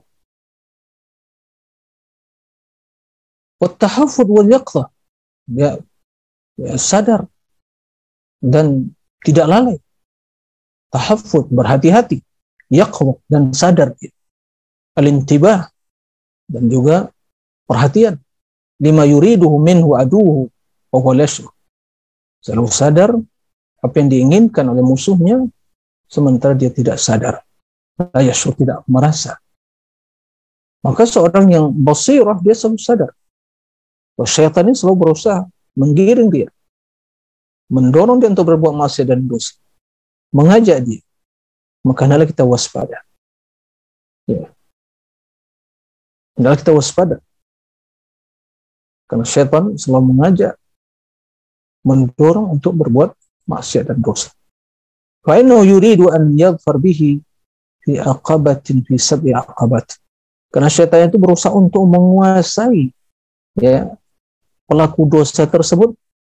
Wattahafud wal yaqza, ya, sadar dan tidak lalai. Tahafud, berhati-hati. Yaqza, dan sadar. Al-intibah, dan juga perhatian. Lima yuriduhu minhu aduhu wa huwa la yash'ur. Selalu sadar apa yang diinginkan oleh musuhnya, sementara dia tidak sadar. La yash'ur, tidak merasa. Maka seorang yang basirah, dia selalu sadar. Syaitan ini selalu berusaha menggiring dia, mendorong dia untuk berbuat maksiat dan dosa, mengajak dia. Maka hendaklah kita waspada. Ya. Hendaklah kita waspada. Karena syaitan selalu mengajak, mendorong untuk berbuat maksiat dan dosa. Fa innahu yuridu an yadhfar bihi fi aqabatin fi sab'i aqabat. Karena syaitan itu berusaha untuk menguasai, ya, pelaku dosa tersebut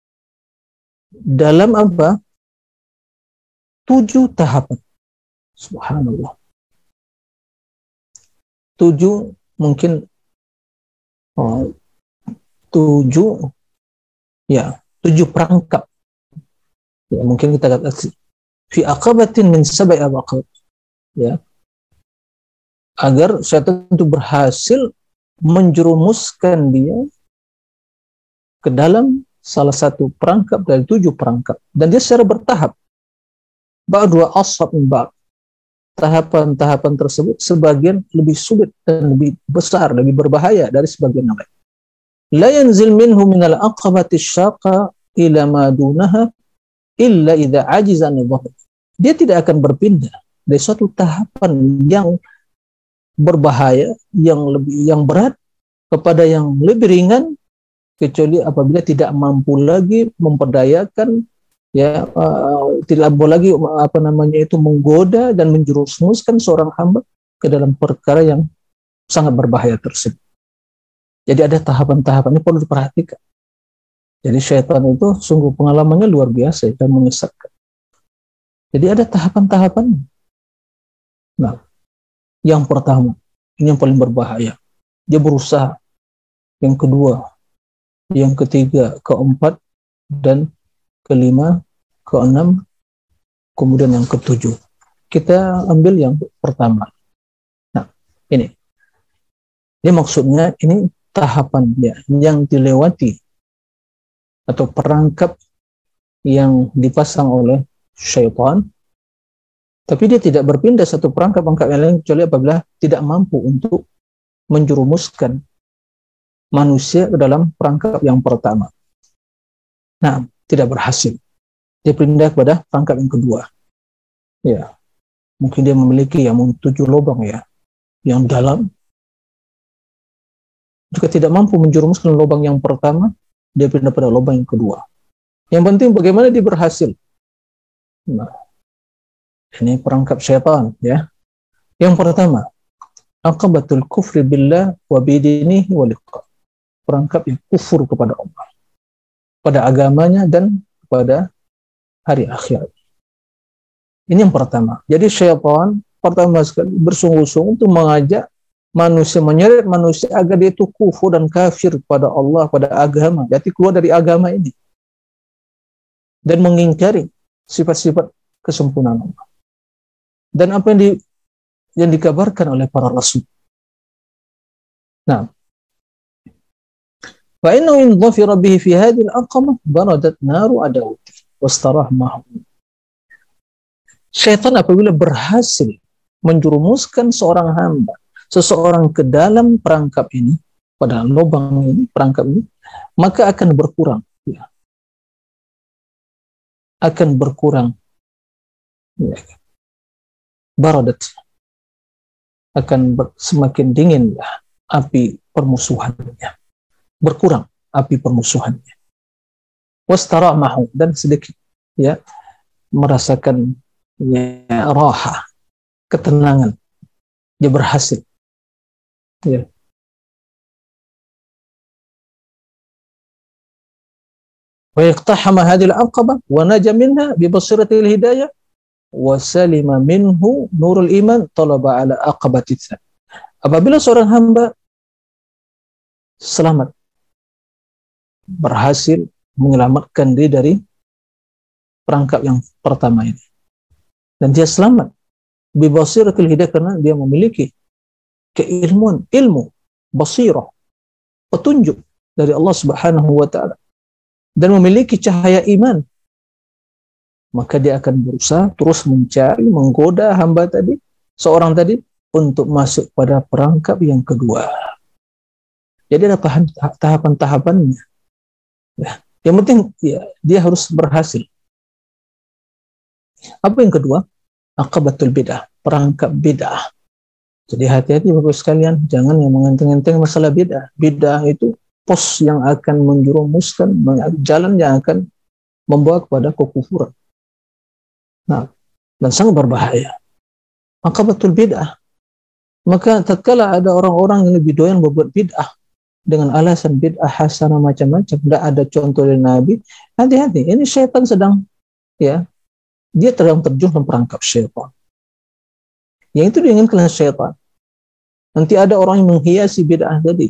dalam apa? 7 tahapan. Subhanallah. 7 mungkin 7, ya, 7 perangkap. Ya, mungkin kita katakan fi aqabatin min sab'i aqabat. Ya. Agar syaitan itu berhasil menjerumuskan dia ke dalam salah satu perangkap dari 7 perangkap, dan dia secara bertahap. Ba'du ashab min ba'd. Tahapan-tahapan tersebut sebagian lebih sulit dan lebih besar, lebih berbahaya dari sebagian yang lain. La yanzil minhu minal aqabati syaqa ila ma dunaha illa idza ajiza an yadhhab. Dia tidak akan berpindah dari suatu tahapan yang berbahaya, yang berat, kepada yang lebih ringan, kecuali apabila tidak mampu lagi memperdayakan, ya, tidak mampu lagi menggoda dan menjerumuskan seorang hamba ke dalam perkara yang sangat berbahaya tersebut. Jadi ada tahapan-tahapannya, perlu diperhatikan. Jadi syaitan itu sungguh pengalamannya luar biasa dan menyesatkan. Jadi ada tahapan-tahapannya. Nah, yang pertama, ini yang paling berbahaya. Dia berusaha. Yang kedua, yang ketiga, keempat, dan kelima, keenam, kemudian yang ketujuh. Kita ambil yang pertama. Nah, ini maksudnya, ini tahapannya yang dilewati atau perangkap yang dipasang oleh syaitan, tapi dia tidak berpindah satu perangkap yang lain kecuali apabila tidak mampu untuk menjerumuskan manusia ke dalam perangkap yang pertama. Nah, tidak berhasil. Dia pindah kepada perangkap yang kedua. Ya, mungkin dia memiliki 7 lubang, ya, yang dalam. Jika tidak mampu menjerumuskan lubang yang pertama, dia pindah pada lubang yang kedua. Yang penting bagaimana dia berhasil. Nah, ini perangkap syaitan, ya. Yang pertama, aqabatul kufri billah wa bidinihi wa liqa. Perangkap yang kufur kepada Allah, pada agamanya dan kepada hari akhir. Ini yang pertama. Jadi syaitan pertama sekali bersungguh-sungguh untuk mengajak manusia, menyeret manusia agar dia itu kufur dan kafir kepada Allah, pada agama. Jadi keluar dari agama ini dan mengingkari sifat-sifat kesempurnaan Allah. Dan apa yang dikabarkan oleh para rasul. Nah, fa innahu in dhafira bihi fi hadhihi al-aqamah baradat naru adawati wastarahmahu. Syaitan apabila berhasil menjerumuskan seorang hamba, seseorang ke dalam perangkap ini, pada lubang ini, perangkap ini, maka akan berkurang. Ya. Akan berkurang. Ya. Baradat. Akan semakin dingin ya, api permusuhannya. Berkurang api permusuhannya. Wastaramahu, dan sedikit ya merasakan ya raha, ketenangan. Dia berhasil. Ya. Wa yaqtahama hadhihi al-aqabah wa naja minha bi basiratil hidayah wa salima minhu nurul iman talaba ala aqabati tsan. Apabila seorang hamba selamat, berhasil menyelamatkan diri dari perangkap yang pertama ini, dan dia selamat bi basiratil hidayah karena dia memiliki keilmuan, ilmu, basirah, petunjuk dari Allah Subhanahu wa taala, dan memiliki cahaya iman, maka dia akan berusaha terus mencari, menggoda hamba tadi, seorang tadi, untuk masuk pada perangkap yang kedua. Jadi ada tahapan-tahapannya. Ya. Yang penting ya, dia harus berhasil. Apa yang kedua? Aqabatul bid'ah, perangkap bid'ah. Jadi hati-hati Bapak sekalian, jangan yang mengenteng-enteng masalah bid'ah. Bid'ah itu pos yang akan menjerumuskan, jalan yang akan membawa kepada kekufuran. Nah, dan sangat berbahaya. Aqabatul bid'ah. Maka tatkala ada orang-orang yang lebih doyan membuat bid'ah dengan alasan bid'ah hasanah macam-macam, tidak ada contoh dari Nabi, hati-hati. Ini syaitan sedang ya, dia terjun dalam perangkap syaitan. Yang itu diinginkan syaitan. Nanti ada orang yang menghiasi bid'ah tadi.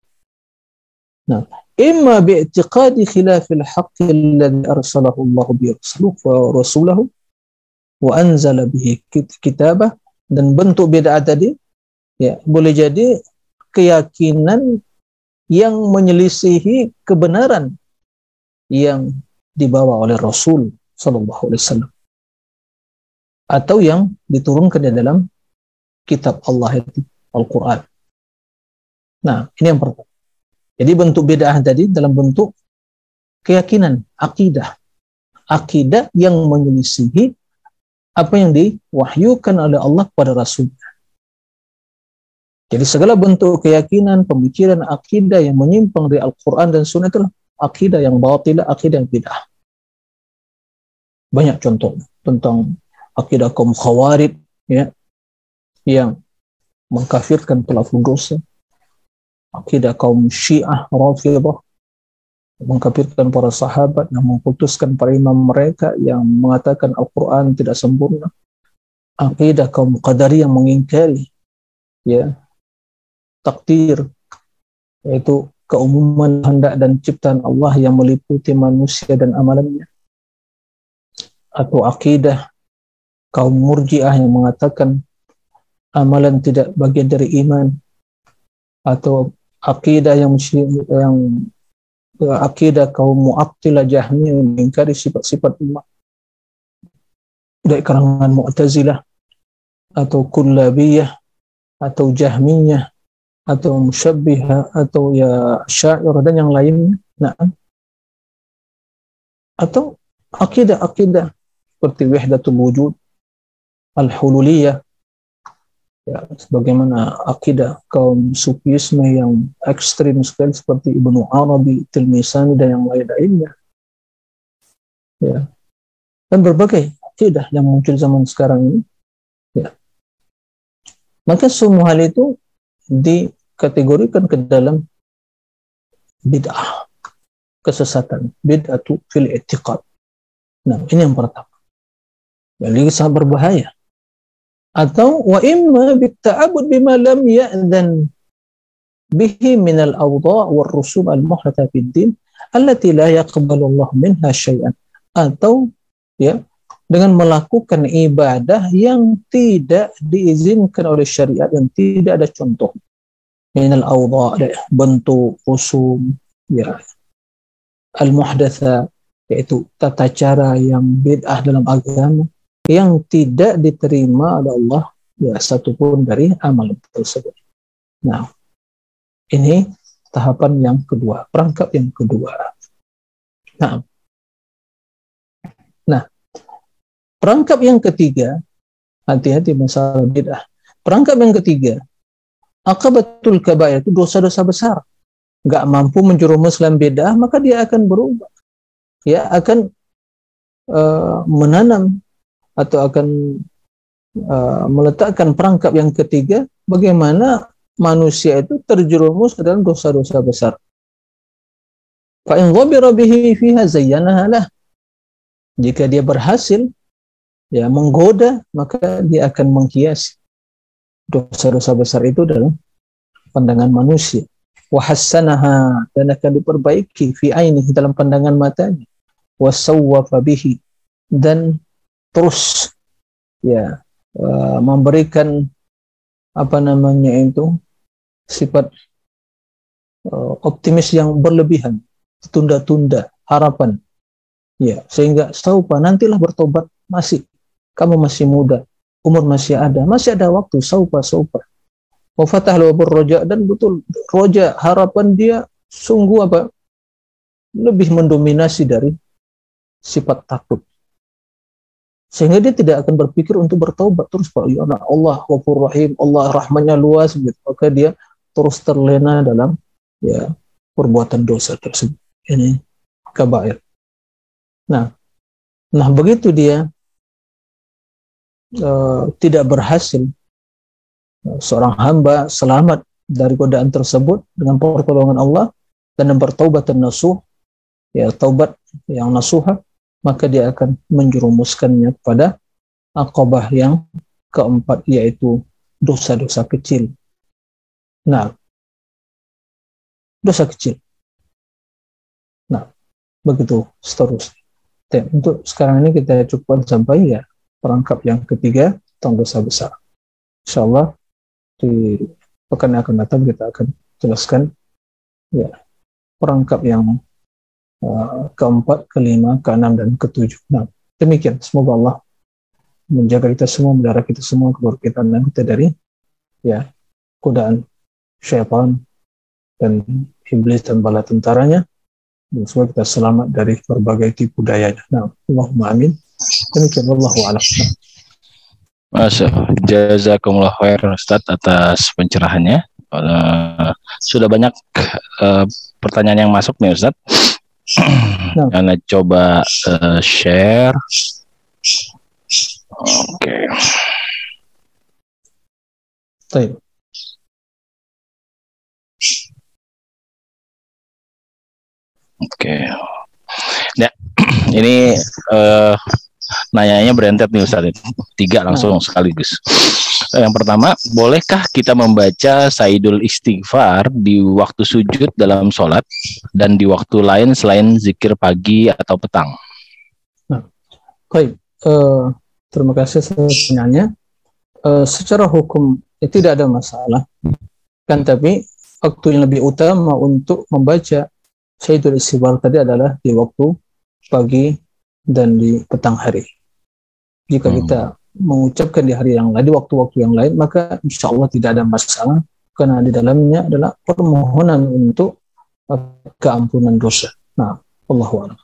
Nah, imma bi'tiqadi khilafil haqqi alladhi arsalahu Allah bi rasulahu wa anzala bihi kitabah, dan bentuk bid'ah tadi ya boleh jadi keyakinan yang menyelisihi kebenaran yang dibawa oleh Rasul sallallahu alaihi wasallam, atau yang diturunkan di dalam kitab Allah itu, Al-Quran. Nah, ini yang pertama. Jadi bentuk bid'ah tadi dalam bentuk keyakinan, akidah. Akidah yang menyelisihi apa yang diwahyukan oleh Allah kepada Rasul-Nya. Jadi segala bentuk keyakinan, pemikiran, akidah yang menyimpang dari Al-Quran dan Sunnah itulah akidah yang batilah, akidah yang bid'ah. Banyak contoh tentang akidah kaum Khawarij ya, yang mengkafirkan pelaku dosa. Akidah kaum Syiah Rafidhah mengkafirkan para sahabat, yang mengkultuskan para imam mereka, yang mengatakan Al-Quran tidak sempurna. Akidah kaum Qadariyah yang mengingkari ya takdir, yaitu keumuman kehendak dan ciptaan Allah yang meliputi manusia dan amalannya. Atau akidah kaum Murji'ah yang mengatakan amalan tidak bagian dari iman. Atau akidah yang akidah kaum Mu'attilah Jahmiyah yang mengingkari sifat-sifat Allah dari kalangan Mu'tazilah, atau Kullabiyah, atau Jahmiyah, atau Musyabbihah, atau ya Syairah dan yang lainnya. Nah, atau akidah-akidah seperti Wahdatul Wujud, Al-Hululiyah, ya, sebagaimana akidah kaum Sufisme yang ekstrim sekali seperti Ibnu Arabi, Tilmisani dan yang lain-lainnya. Ya. Dan berbagai akidah yang muncul zaman sekarang ini. Ya. Maka semua hal itu dikategorikan ke dalam bid'ah, kesesatan, bid'atu fil i'tiqad. Nah, ini yang pertama. Jadi sangat berbahaya. Atau wa imma bitta'abud bima lam ya'dhan bihi min al-awdha' wal rusum al-muhdatha fid din allati la yaqbalu Allah minha syai'an. Atau ya, dengan melakukan ibadah yang tidak diizinkan oleh syariat, yang tidak ada contoh. Min al-awdha', bentuk, rusum, ya, al-muhdatha, yaitu tata cara yang bid'ah dalam agama, yang tidak diterima oleh Allah, ya, satupun dari amal tersebut. Nah, ini tahapan yang kedua, perangkap yang kedua. Nah, perangkap yang ketiga, hati-hati masalah bid'ah. Perangkap yang ketiga, aqabatul kabair, itu dosa-dosa besar. Nggak mampu menjerumus dalam bid'ah, maka dia akan berubah. Ya, akan menanam atau akan meletakkan perangkap yang ketiga, bagaimana manusia itu terjerumus ke dalam dosa-dosa besar. Fa in dhabira bihi fiha zayyanaha lah. Jika dia berhasil ya menggoda, maka dia akan menghias dosa-dosa besar itu dalam pandangan manusia. Wa hassanaha, dan akan diperbaiki fi ainihi, dalam pandangan matanya. Wa sawwafa bihi, dan terus ya memberikan sifat optimis yang berlebihan, tunda-tunda harapan, ya, sehingga saupa, nantilah bertobat, kamu masih muda, umur masih ada waktu, saupa. Wa fatah labur roja, dan betul roja, harapan dia sungguh lebih mendominasi dari sifat takut, sehingga dia tidak akan berpikir untuk bertaubat terus. Pak, ya Allah Ghafurur Rahim, Allah rahmannya luas, gitu. Maka dia terus terlena dalam ya perbuatan dosa tersebut. Ini kabair. Nah begitu dia tidak berhasil, seorang hamba selamat dari godaan tersebut dengan pertolongan Allah dan bertaubat nasuh, ya, taubat yang nasuha, maka dia akan menjerumuskannya pada aqabah yang keempat, yaitu dosa-dosa kecil. Nah, dosa kecil. Nah, begitu seterusnya. Untuk sekarang ini kita cukupkan sampai ya perangkap yang ketiga tentang dosa besar. Insyaallah di pekan yang akan datang kita akan jelaskan ya perangkap yang keempat, kelima, keenam, dan ketujuh. Nah, demikian. Semoga Allah menjaga kita semua, melihara kita semua, keluarga kita dan kita dari ya godaan syaitan dan iblis dan bala tentaranya, dan semoga kita selamat dari berbagai tipu dayanya. Nah, Allahumma amin. Demikian, wallahu a'lam. Masya Allah. Jazakumullah khair Ustaz atas pencerahannya. Sudah banyak pertanyaan yang masuk nih Ustaz. Nah. Anda coba share. Oke. Baik. Oke. Nah, ini nanyanya berentet nih Ustaz. 3 langsung sekaligus. Yang pertama, bolehkah kita membaca Sayyidul Istighfar di waktu sujud dalam sholat dan di waktu lain selain zikir pagi atau petang? Nah, baik. Terima kasih pertanyaannya. Secara hukum tidak ada masalah, kan, tapi waktu yang lebih utama untuk membaca Sayyidul Istighfar tadi adalah di waktu pagi dan di petang hari. Jika kita mengucapkan di hari yang lain, di waktu-waktu yang lain, maka insya Allah tidak ada masalah, karena di dalamnya adalah permohonan untuk keampunan dosa. Nah, Allahu a'lam.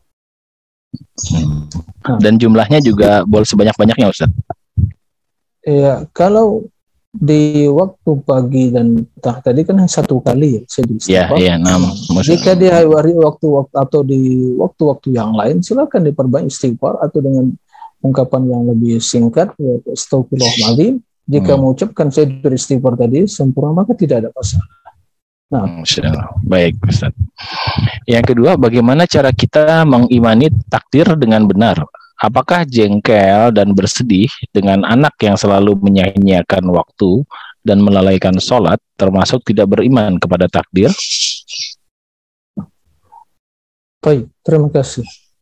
Dan jumlahnya juga boleh sebanyak-banyaknya Ustaz? Ya, kalau di waktu pagi dan petang tadi kan satu kali ya saya istighfar. Iya, Jika di hari waktu-waktu atau di waktu-waktu yang lain, silakan diperbanyak istighfar atau dengan ungkapan yang lebih singkat, yaitu Astaghfirullahaladzim, Jika mengucapkan saya beristighfar tadi sempurna, maka tidak ada masalah. Nah, baik Ustaz. Yang kedua, bagaimana cara kita mengimani takdir dengan benar? Apakah jengkel dan bersedih dengan anak yang selalu menyia-nyiakan waktu dan melalaikan sholat termasuk tidak beriman kepada takdir? baik, terima kasih.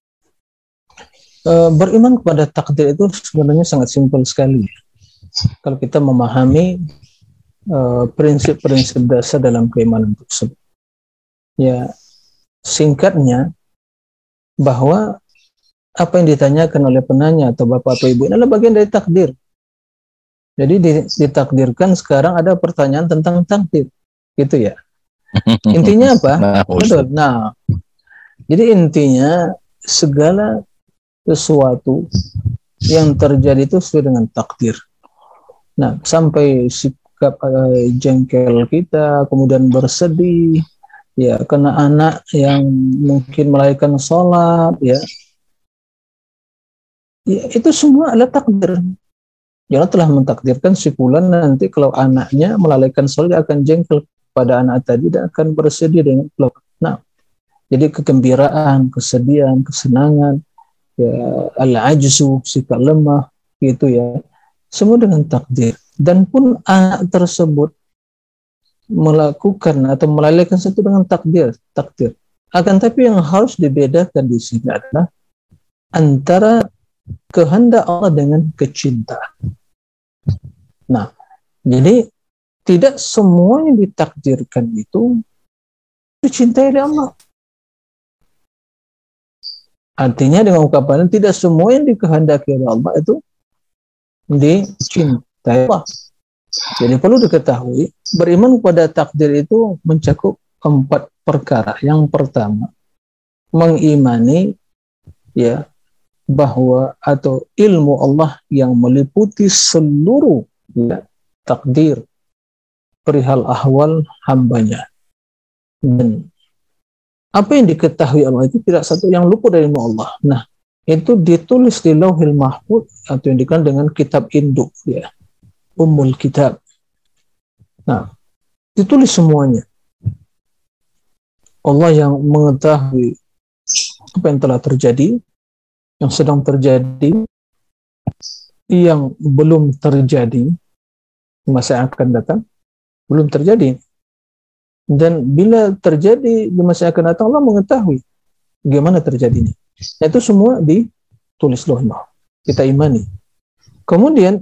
Beriman kepada takdir itu sebenarnya sangat simpel sekali. Kalau kita memahami prinsip-prinsip dasar dalam keimanan tersebut. Ya, singkatnya bahwa apa yang ditanyakan oleh penanya atau bapak atau ibu ini adalah bagian dari takdir. Jadi ditakdirkan sekarang ada pertanyaan tentang takdir, gitu ya. Intinya apa? Betul. Nah, jadi intinya segala sesuatu yang terjadi itu sesuai dengan takdir. Nah, sampai sikap jengkel kita, kemudian bersedih, ya karena anak yang mungkin melahirkan sholat, ya itu semua adalah takdir. Allah telah mentakdirkan si fulan nanti kalau anaknya melalaikan sholat dia akan jengkel pada anak tadi dan akan bersedih dengan peluk. Nah, jadi kegembiraan, kesedihan, kesenangan, ya al-ajzu, sikap lemah, gitu ya. Semua dengan takdir. Dan pun anak tersebut melakukan atau melalaikan sesuatu dengan takdir. Akan tapi yang harus dibedakan di sini adalah antara kehendak Allah dengan kecintaan. Nah, jadi tidak semua yang ditakdirkan itu dicintai oleh Allah. Artinya dengan ungkapan tidak semua yang dikehendaki oleh Allah itu dicintai Allah. Jadi perlu diketahui, beriman kepada takdir itu mencakup 4 perkara. Yang pertama, mengimani ya bahwa atau ilmu Allah yang meliputi seluruh ya, takdir perihal ahwal hambanya. Dan apa yang diketahui Allah itu tidak satu yang luput dari ilmu Allah. Nah, itu ditulis di Lauhil Mahfuz atau yang dikenal dengan kitab induk ya. Ummul Kitab. Nah, ditulis semuanya. Allah yang mengetahui apa yang telah terjadi, yang sedang terjadi, yang belum terjadi, masa yang akan datang, belum terjadi. Dan bila terjadi di masa yang akan datang, Allah mengetahui bagaimana terjadinya. Itu semua ditulis Lauhul Mahfuz. Kita imani. Kemudian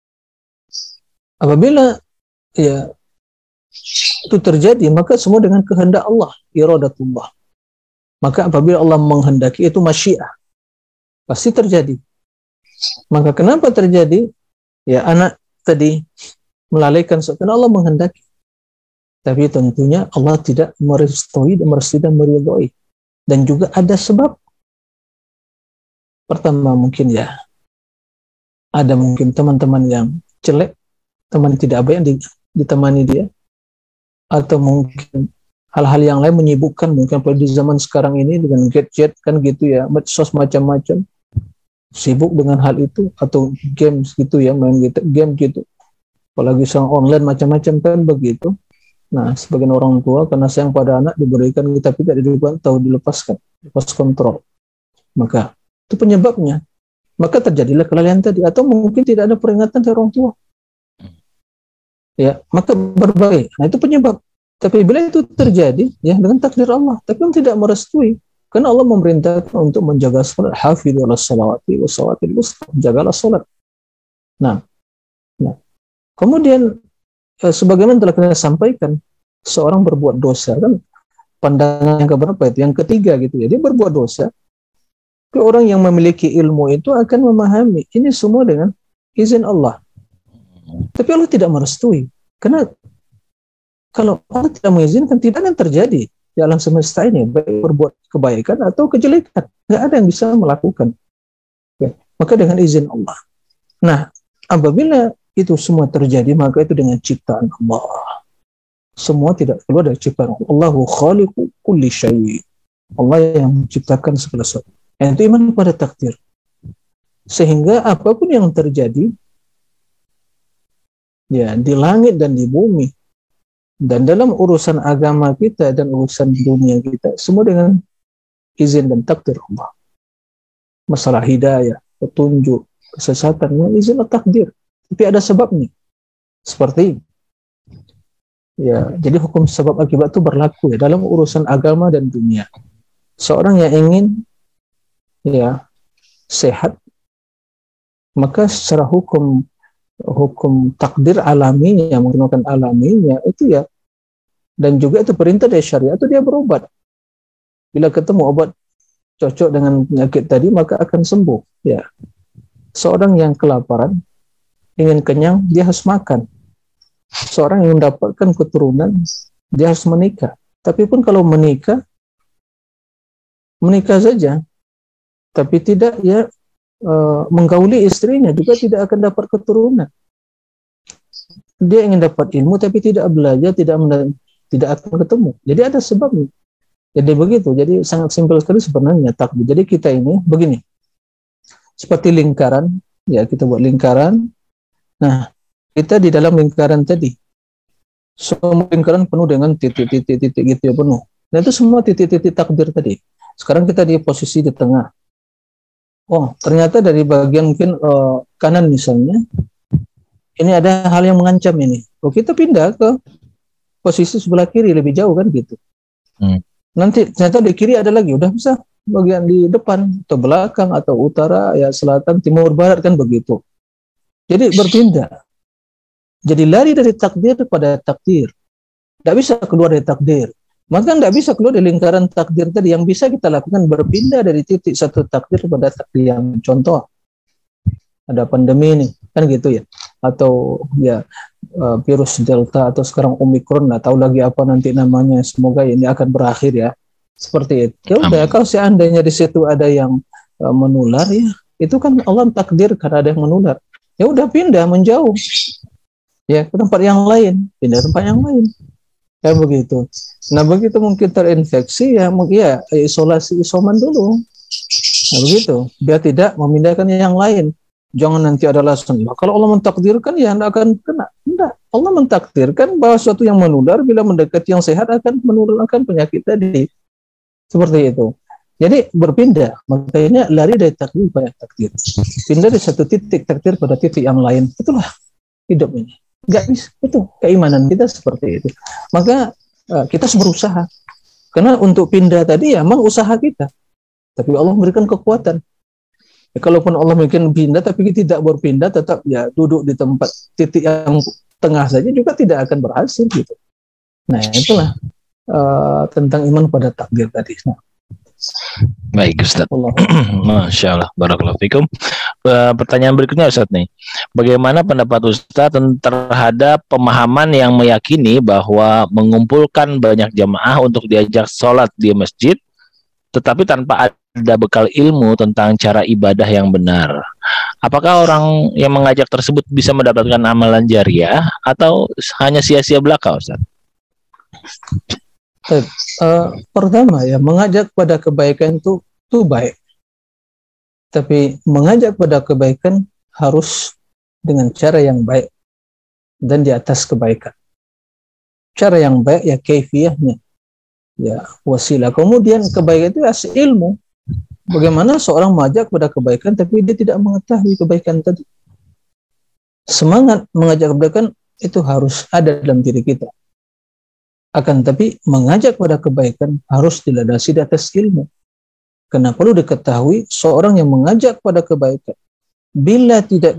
apabila ya itu terjadi, maka semua dengan kehendak Allah, iradatullah. Maka apabila Allah menghendaki, itu masyiah, pasti terjadi. Maka kenapa terjadi? Ya anak tadi melalaikan karena Allah menghendaki. Tapi tentunya Allah tidak merestui dan meridhoi. Dan juga ada sebab. Pertama mungkin ya, ada mungkin teman-teman yang jelek, teman tidak baik yang ditemani dia, atau mungkin hal-hal yang lain menyibukkan, mungkin pada di zaman sekarang ini dengan gadget kan gitu ya, medsos macam-macam, sibuk dengan hal itu, atau games gitu ya, main gitu, game gitu, apalagi sang online macam-macam kan begitu. Nah, sebagian orang tua karena sayang pada anak diberikan, tapi tidak dipantau, dilepaskan, lepas kontrol, maka itu penyebabnya. Maka terjadilah kelalaian tadi, atau mungkin tidak ada peringatan dari orang tua. Ya, maka berbagai. Nah, itu penyebab. Tapi bila itu terjadi, ya dengan takdir Allah, tapi yang tidak merestui, karena Allah memerintahkan untuk menjaga salat, hafidhu 'alas salawati was salatil wusta, jagalah salat. Nah, kemudian sebagaimana telah kita sampaikan, seorang berbuat dosa kan pandangan yang keberapa itu? Yang ketiga gitu ya, dia berbuat dosa. Orang yang memiliki ilmu itu akan memahami ini semua dengan izin Allah. Tapi Allah tidak merestui. Karena kalau Allah tidak mengizinkan, tidak akan terjadi di alam semesta ini, baik berbuat kebaikan atau kejelekan. Tidak ada yang bisa melakukan. Ya, maka dengan izin Allah. Nah, apabila itu semua terjadi, maka itu dengan ciptaan Allah. Semua tidak keluar dari ciptaan Allah. Allahu khaliqu kulli syai'. Allah yang menciptakan segala sesuatu. Itu iman pada takdir. Sehingga apapun yang terjadi, ya, di langit dan di bumi. Dan dalam urusan agama kita dan urusan dunia kita, semua dengan izin dan takdir Allah. Masalah hidayah, petunjuk, kesesatan, izin dan takdir. Tapi ada sebabnya. Seperti ya, jadi hukum sebab akibat itu berlaku ya dalam urusan agama dan dunia. Seorang yang ingin ya sehat, maka secara hukum takdir alaminya, menggunakan alaminya itu ya, dan juga itu perintah dari syariat, itu dia berobat. Bila ketemu obat cocok dengan penyakit tadi, maka akan sembuh. Ya, seorang yang kelaparan, ingin kenyang, dia harus makan. Seorang yang mendapatkan keturunan, dia harus menikah. Tapi pun kalau menikah saja, tapi tidak ya menggauli istrinya, juga tidak akan dapat keturunan. Dia ingin dapat ilmu tapi tidak belajar, tidak akan ketemu. Jadi ada sebabnya. Jadi begitu. Jadi sangat simpel sekali sebenarnya takdir. Jadi kita ini begini, seperti lingkaran, ya kita buat lingkaran. Nah, kita di dalam lingkaran tadi, semua lingkaran penuh dengan titik-titik gitu ya, penuh. Nah itu semua titik-titik takdir tadi. Sekarang kita di posisi di tengah. Oh, ternyata dari bagian mungkin kanan misalnya, ini ada hal yang mengancam ini. Oh, kita pindah ke posisi sebelah kiri lebih jauh kan gitu. Nanti ternyata di kiri ada lagi, udah bisa bagian di depan atau belakang atau utara, ya selatan, timur, barat kan begitu. Jadi berpindah. Jadi lari dari takdir kepada takdir. Tidak bisa keluar dari takdir. Maka tidak bisa keluar dari lingkaran takdir tadi. Yang bisa kita lakukan berpindah dari titik satu takdir kepada takdir yang contoh. Ada pandemi ini, kan gitu ya. Atau ya virus Delta atau sekarang Omikron, nggak tahu lagi apa nanti namanya. Semoga ini akan berakhir ya. Seperti itu. Ya udah, kalau seandainya di situ ada yang menular ya, itu kan Allah takdir karena ada yang menular. Ya udah pindah menjauh. Ya ke tempat yang lain, pindah tempat yang lain. Kayak begitu. Nah begitu mungkin terinfeksi ya isoman dulu. Nah begitu, biar tidak memindahkan yang lain. Jangan nanti ada alasan. Kalau Allah mentakdirkan ya tidak akan kena. Tidak. Allah mentakdirkan bahwa sesuatu yang menular bila mendekati yang sehat akan menularkan penyakit tadi. Seperti itu. Jadi berpindah, makanya lari dari takdir pada takdir. Pindah dari satu titik takdir pada titik yang lain. Itulah hidup ini. Nggak bisa, itu keimanan kita seperti itu. Maka kita harus berusaha. Karena untuk pindah tadi ya memang usaha kita. Tapi Allah memberikan kekuatan. Ya, kalaupun Allah mungkin pindah tapi tidak berpindah, tetap ya duduk di tempat titik yang tengah saja juga tidak akan berhasil gitu. Nah itulah tentang iman pada takdir tadi. Nah. Baik Ustaz. Masya Allah, barakallahu fikum. Pertanyaan berikutnya Ustaz nih, bagaimana pendapat Ustaz terhadap pemahaman yang meyakini bahwa mengumpulkan banyak jamaah untuk diajak sholat di masjid tetapi tanpa ada bekal ilmu tentang cara ibadah yang benar? Apakah orang yang mengajak tersebut bisa mendapatkan amalan jariah atau hanya sia-sia belaka Ustaz? Pertama ya, mengajak pada kebaikan itu baik. Tapi mengajak pada kebaikan harus dengan cara yang baik dan di atas kebaikan. Cara yang baik ya kaifiyahnya, ya wasilah. Kemudian kebaikan itu asal ilmu. Bagaimana seorang mengajak pada kebaikan tapi dia tidak mengetahui kebaikan tadi. Semangat mengajak kebaikan itu harus ada dalam diri kita. Akan tapi mengajak pada kebaikan harus dilandasi di atas ilmu. Karena perlu diketahui seorang yang mengajak pada kebaikan bila tidak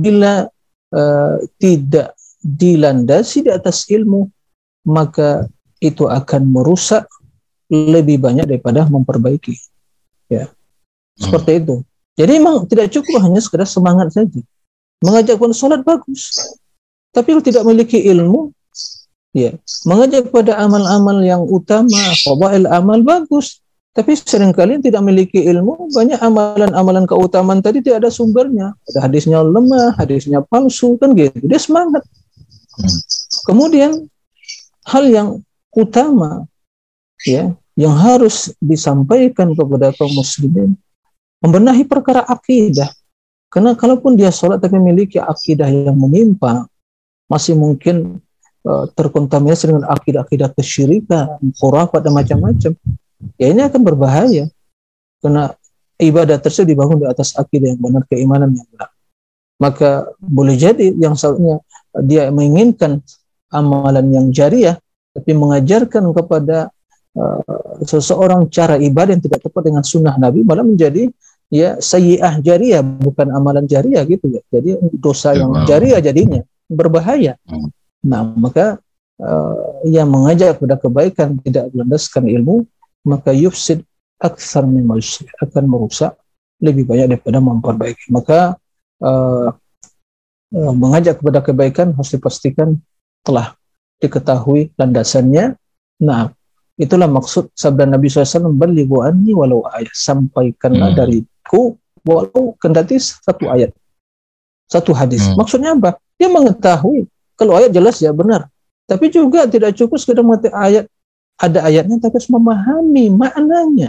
dilandasi di atas ilmu, maka itu akan merusak lebih banyak daripada memperbaiki. Ya, seperti itu. Jadi memang tidak cukup hanya sekedar semangat saja. Mengajak pada sholat bagus, tapi kalau tidak memiliki ilmu, ya, mengajak pada amal-amal yang utama, fadail amal bagus, tapi seringkali tidak memiliki ilmu, banyak amalan-amalan keutamaan tadi tidak ada sumbernya. Ada hadisnya lemah, hadisnya palsu, kan gitu. Dia semangat. Kemudian hal yang utama ya, yang harus disampaikan kepada kaum muslimin, membenahi perkara akidah. Karena kalaupun dia sholat tapi memiliki akidah yang menyimpang, masih mungkin terkontaminasi dengan akidah-akidah kesyirikan, khurafat dan macam-macam, ya ini akan berbahaya karena ibadah tersebut dibangun di atas akidah yang benar, keimanan yang benar. Maka boleh jadi yang salahnya dia menginginkan amalan yang jariah, tapi mengajarkan kepada seseorang cara ibadah yang tidak tepat dengan sunnah Nabi, malah menjadi ya sayyi'ah jariah, bukan amalan jariah gitu ya. Jadi dosa yang jariah jadinya berbahaya. Nah, maka yang mengajak kepada kebaikan tidak berlandaskan ilmu, maka yufsid aktsar mimma yuslih, akan merusak lebih banyak daripada memperbaiki. Maka mengajak kepada kebaikan harus dipastikan telah diketahui landasannya. Nah, itulah maksud sabda Nabi SAW, balighu anni walau ayat, sampaikanlah dariku walau kendati satu ayat, satu hadis. Maksudnya apa? Dia mengetahui. Kalau ayat jelas ya benar, tapi juga tidak cukup sekedar mengerti ayat, ada ayatnya, tapi harus memahami maknanya.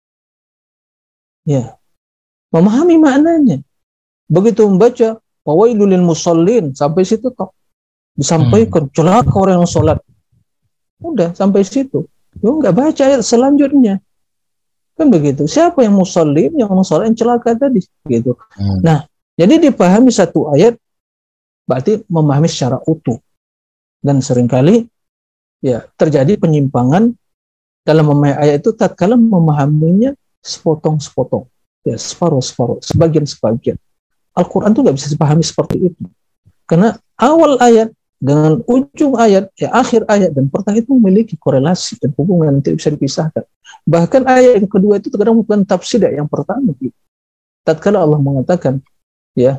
Ya, memahami maknanya. Begitu membaca wawailul lil musallin, sampai situ kok disampaikan celaka orang yang sholat. Udah sampai situ. Yo nggak baca ayat selanjutnya. Kan begitu. Siapa yang musallin, yang sholat, yang celaka tadi gitu. Nah, jadi dipahami satu ayat berarti memahami secara utuh. Dan seringkali ya terjadi penyimpangan dalam memahami ayat itu tatkala memahaminya sepotong-sepotong, ya separuh-separuh, sebagian-sebagian. Al-Quran itu nggak bisa dipahami seperti itu, karena awal ayat dengan ujung ayat, ya akhir ayat dan pertengahan itu memiliki korelasi dan hubungan yang tidak bisa dipisahkan. Bahkan ayat yang kedua itu terkadang bukan tafsir yang pertama. Gitu. Tatkala Allah mengatakan, ya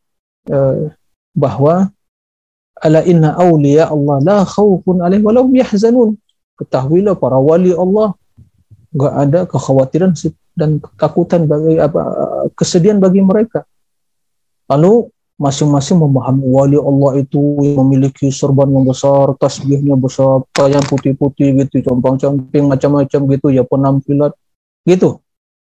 bahwa ala inna awliya Allah la khawfun alaihim wa lahum yahzanun. Ketahuilah para wali Allah enggak ada kekhawatiran dan ketakutan bagi kesedihan bagi mereka. Lalu masing-masing memahami wali Allah itu yang memiliki sorban yang besar, tasbihnya besar, pakaian putih-putih gitu, compang-camping macam-macam gitu ya, penampilan gitu.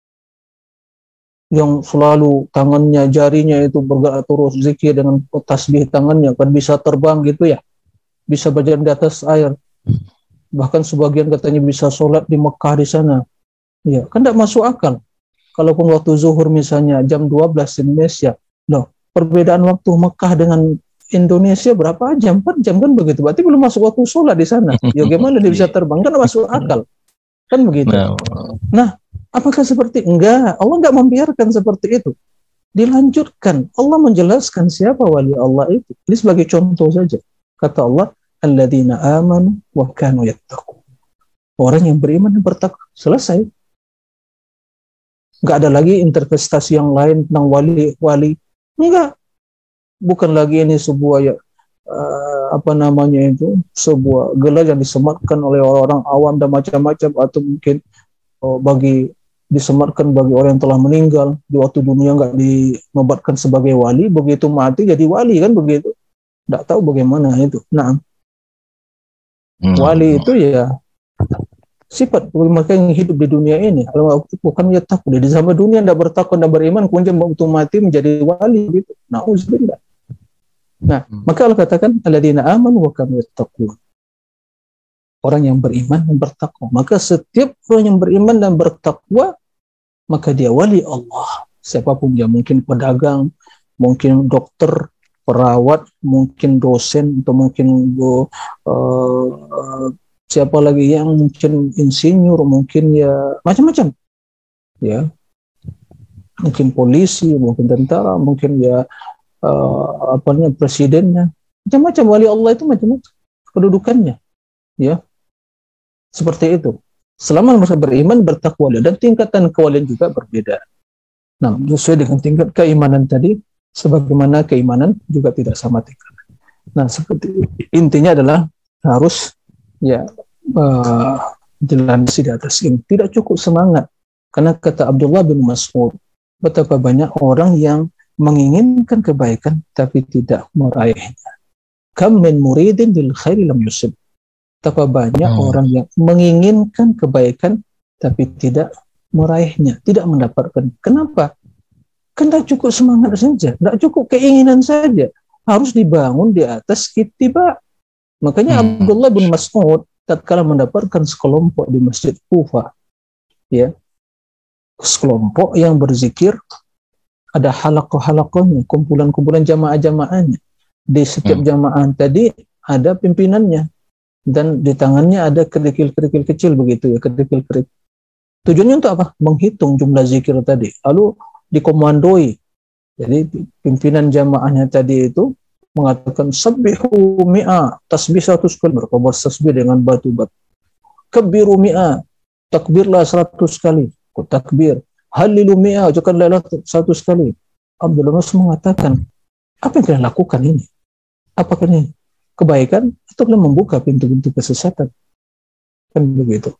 Yang selalu tangannya, jarinya itu bergerak terus zikir dengan tasbih tangannya, kan bisa terbang gitu ya, bisa berjalan di atas air, bahkan sebagian katanya bisa sholat di Mekah di sana, ya kan tidak masuk akal. Kalaupun waktu zuhur misalnya jam 12 di Indonesia, loh perbedaan waktu Mekah dengan Indonesia berapa jam? 4 jam kan begitu, berarti belum masuk waktu sholat di sana, ya gimana dia bisa terbang, kan masuk akal, kan begitu. Nah, apakah seperti? Enggak, Allah enggak membiarkan seperti itu. Dilanjutkan, Allah menjelaskan siapa wali Allah itu. Ini sebagai contoh saja. Kata Allah, alladzina amanu wa kanu yattaqun. Orang yang beriman dan bertakwa. Selesai. Enggak ada lagi interpretasi yang lain tentang wali. Enggak. Bukan lagi ini sebuah sebuah gelar yang disematkan oleh orang-orang awam dan macam-macam, atau mungkin disematkan bagi orang yang telah meninggal di waktu dunia, nggak dinobatkan sebagai wali, begitu mati jadi wali, kan begitu. Nggak tahu bagaimana itu. Nah, wali itu ya sifat mereka yang hidup di dunia ini. Kalau bukan ya takut di zaman dunia nggak bertakwa dan beriman, kemudian waktu mati menjadi wali gitu. Nauzubillah. Nah, maka Allah katakan alladzina amanu wa kanu yattaqun. Orang yang beriman dan bertakwa. Maka setiap orang yang beriman dan bertakwa, maka dia wali Allah. Siapapun dia, mungkin pedagang, mungkin dokter, perawat, mungkin dosen, atau mungkin siapa lagi yang mungkin insinyur, mungkin ya macam-macam. Ya. Mungkin polisi, mungkin tentara, mungkin ya presidennya. Macam-macam, wali Allah itu macam-macam kedudukannya. Ya. Seperti itu. Selama mereka beriman, bertakwa, dan tingkatan kewalian juga berbeda. Nah, sesuai dengan tingkat keimanan tadi, sebagaimana keimanan juga tidak sama tingkat. Nah, seperti intinya adalah harus ya dilandasi di atas ini. Tidak cukup semangat, karena kata Abdullah bin Mas'ud, betapa banyak orang yang menginginkan kebaikan tapi tidak meraihnya. Kam min muridin lil khairi lam yusib. Betapa banyak orang yang menginginkan kebaikan tapi tidak meraihnya, tidak mendapatkan. Kenapa? Kan tidak cukup semangat saja, tidak cukup keinginan saja. harus dibangun di atas ittiba. Makanya Abdullah bin Mas'ud tatkala mendapatkan sekelompok di Masjid Kufah, ya, sekelompok yang berzikir, ada halaqah-halaqahnya, kumpulan-kumpulan jamaah-jamaahnya. Di setiap jamaah tadi ada pimpinannya, dan di tangannya ada kerikil-kerikil kecil begitu ya, kerikil-kerikil. Tujuannya untuk apa? Menghitung jumlah zikir tadi, lalu dikomandoi. Jadi pimpinan jamaahnya tadi itu mengatakan sabbihu mi'a, tasbih 100 kali, mereka bertasbih dengan batu-batu. Kabbiru mi'a, takbirlah 100 kali, takbir. Halilu mi'a, ucapkanlah 100 kali. Abdullah Mas'ud mengatakan, apa yang kalian lakukan ini? Apakah ini kebaikan atau kalian membuka pintu-pintu kesesatan? Kan begitu.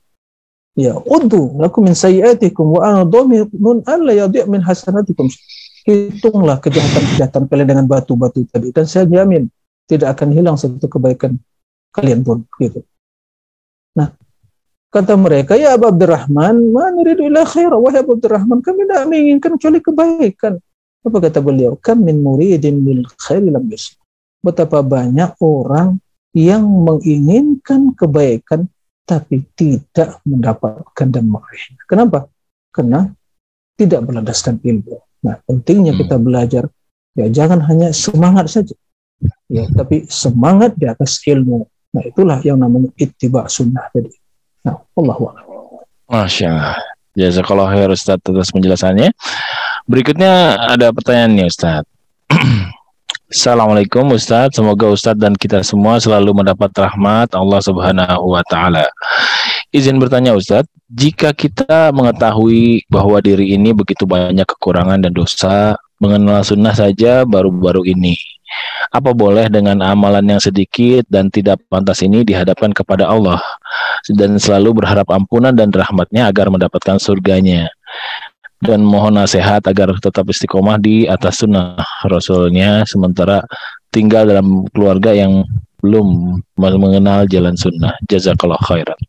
Ya, uddu lakum min sayyi'atikum wa ana dhaminun alla yadhi' min hasanatikum. Hitunglah kejahatan-kejahatan kalian dengan batu-batu tadi, dan saya jamin tidak akan hilang satu kebaikan kalian pun, gitu. Nah, kata mereka, ya Abu Abdurrahman, ma nuridu illa khaira, wahai Abu Abdurrahman, kami tidak menginginkan kecuali kebaikan. Apa kata beliau? Kam min muridin bil khairi lam yusib. Betapa banyak orang yang menginginkan kebaikan tapi tidak mendapatkan dan meraihnya. Kenapa? Karena tidak berlandaskan ilmu. Nah, pentingnya kita belajar, ya jangan hanya semangat saja, ya, tapi semangat di atas ilmu. Nah, itulah yang namanya ittiba sunnah tadi. Nah, Allahu a'lam. Masya Allah. Jazakallahu khair Ustaz atas penjelasannya. Berikutnya ada pertanyaan nih Ustaz. Assalamualaikum Ustaz, semoga Ustaz dan kita semua selalu mendapat rahmat Allah Subhanahu wa Ta'ala. Izin bertanya Ustaz, jika kita mengetahui bahwa diri ini begitu banyak kekurangan dan dosa, mengenal sunnah saja baru-baru ini, apa boleh dengan amalan yang sedikit dan tidak pantas ini dihadapkan kepada Allah dan selalu berharap ampunan dan rahmatnya agar mendapatkan surganya? Dan mohon nasihat agar tetap istiqomah di atas sunnah Rasulnya sementara tinggal dalam keluarga yang belum mengenal jalan sunnah. Jazakallah khairan.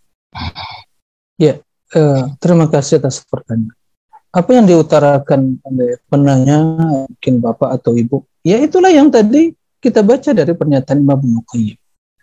Ya, terima kasih atas pertanyaan. Apa yang diutarakan oleh penanya, mungkin Bapak atau Ibu, ya itulah yang tadi kita baca dari pernyataan Imam Ibnu Qayyim.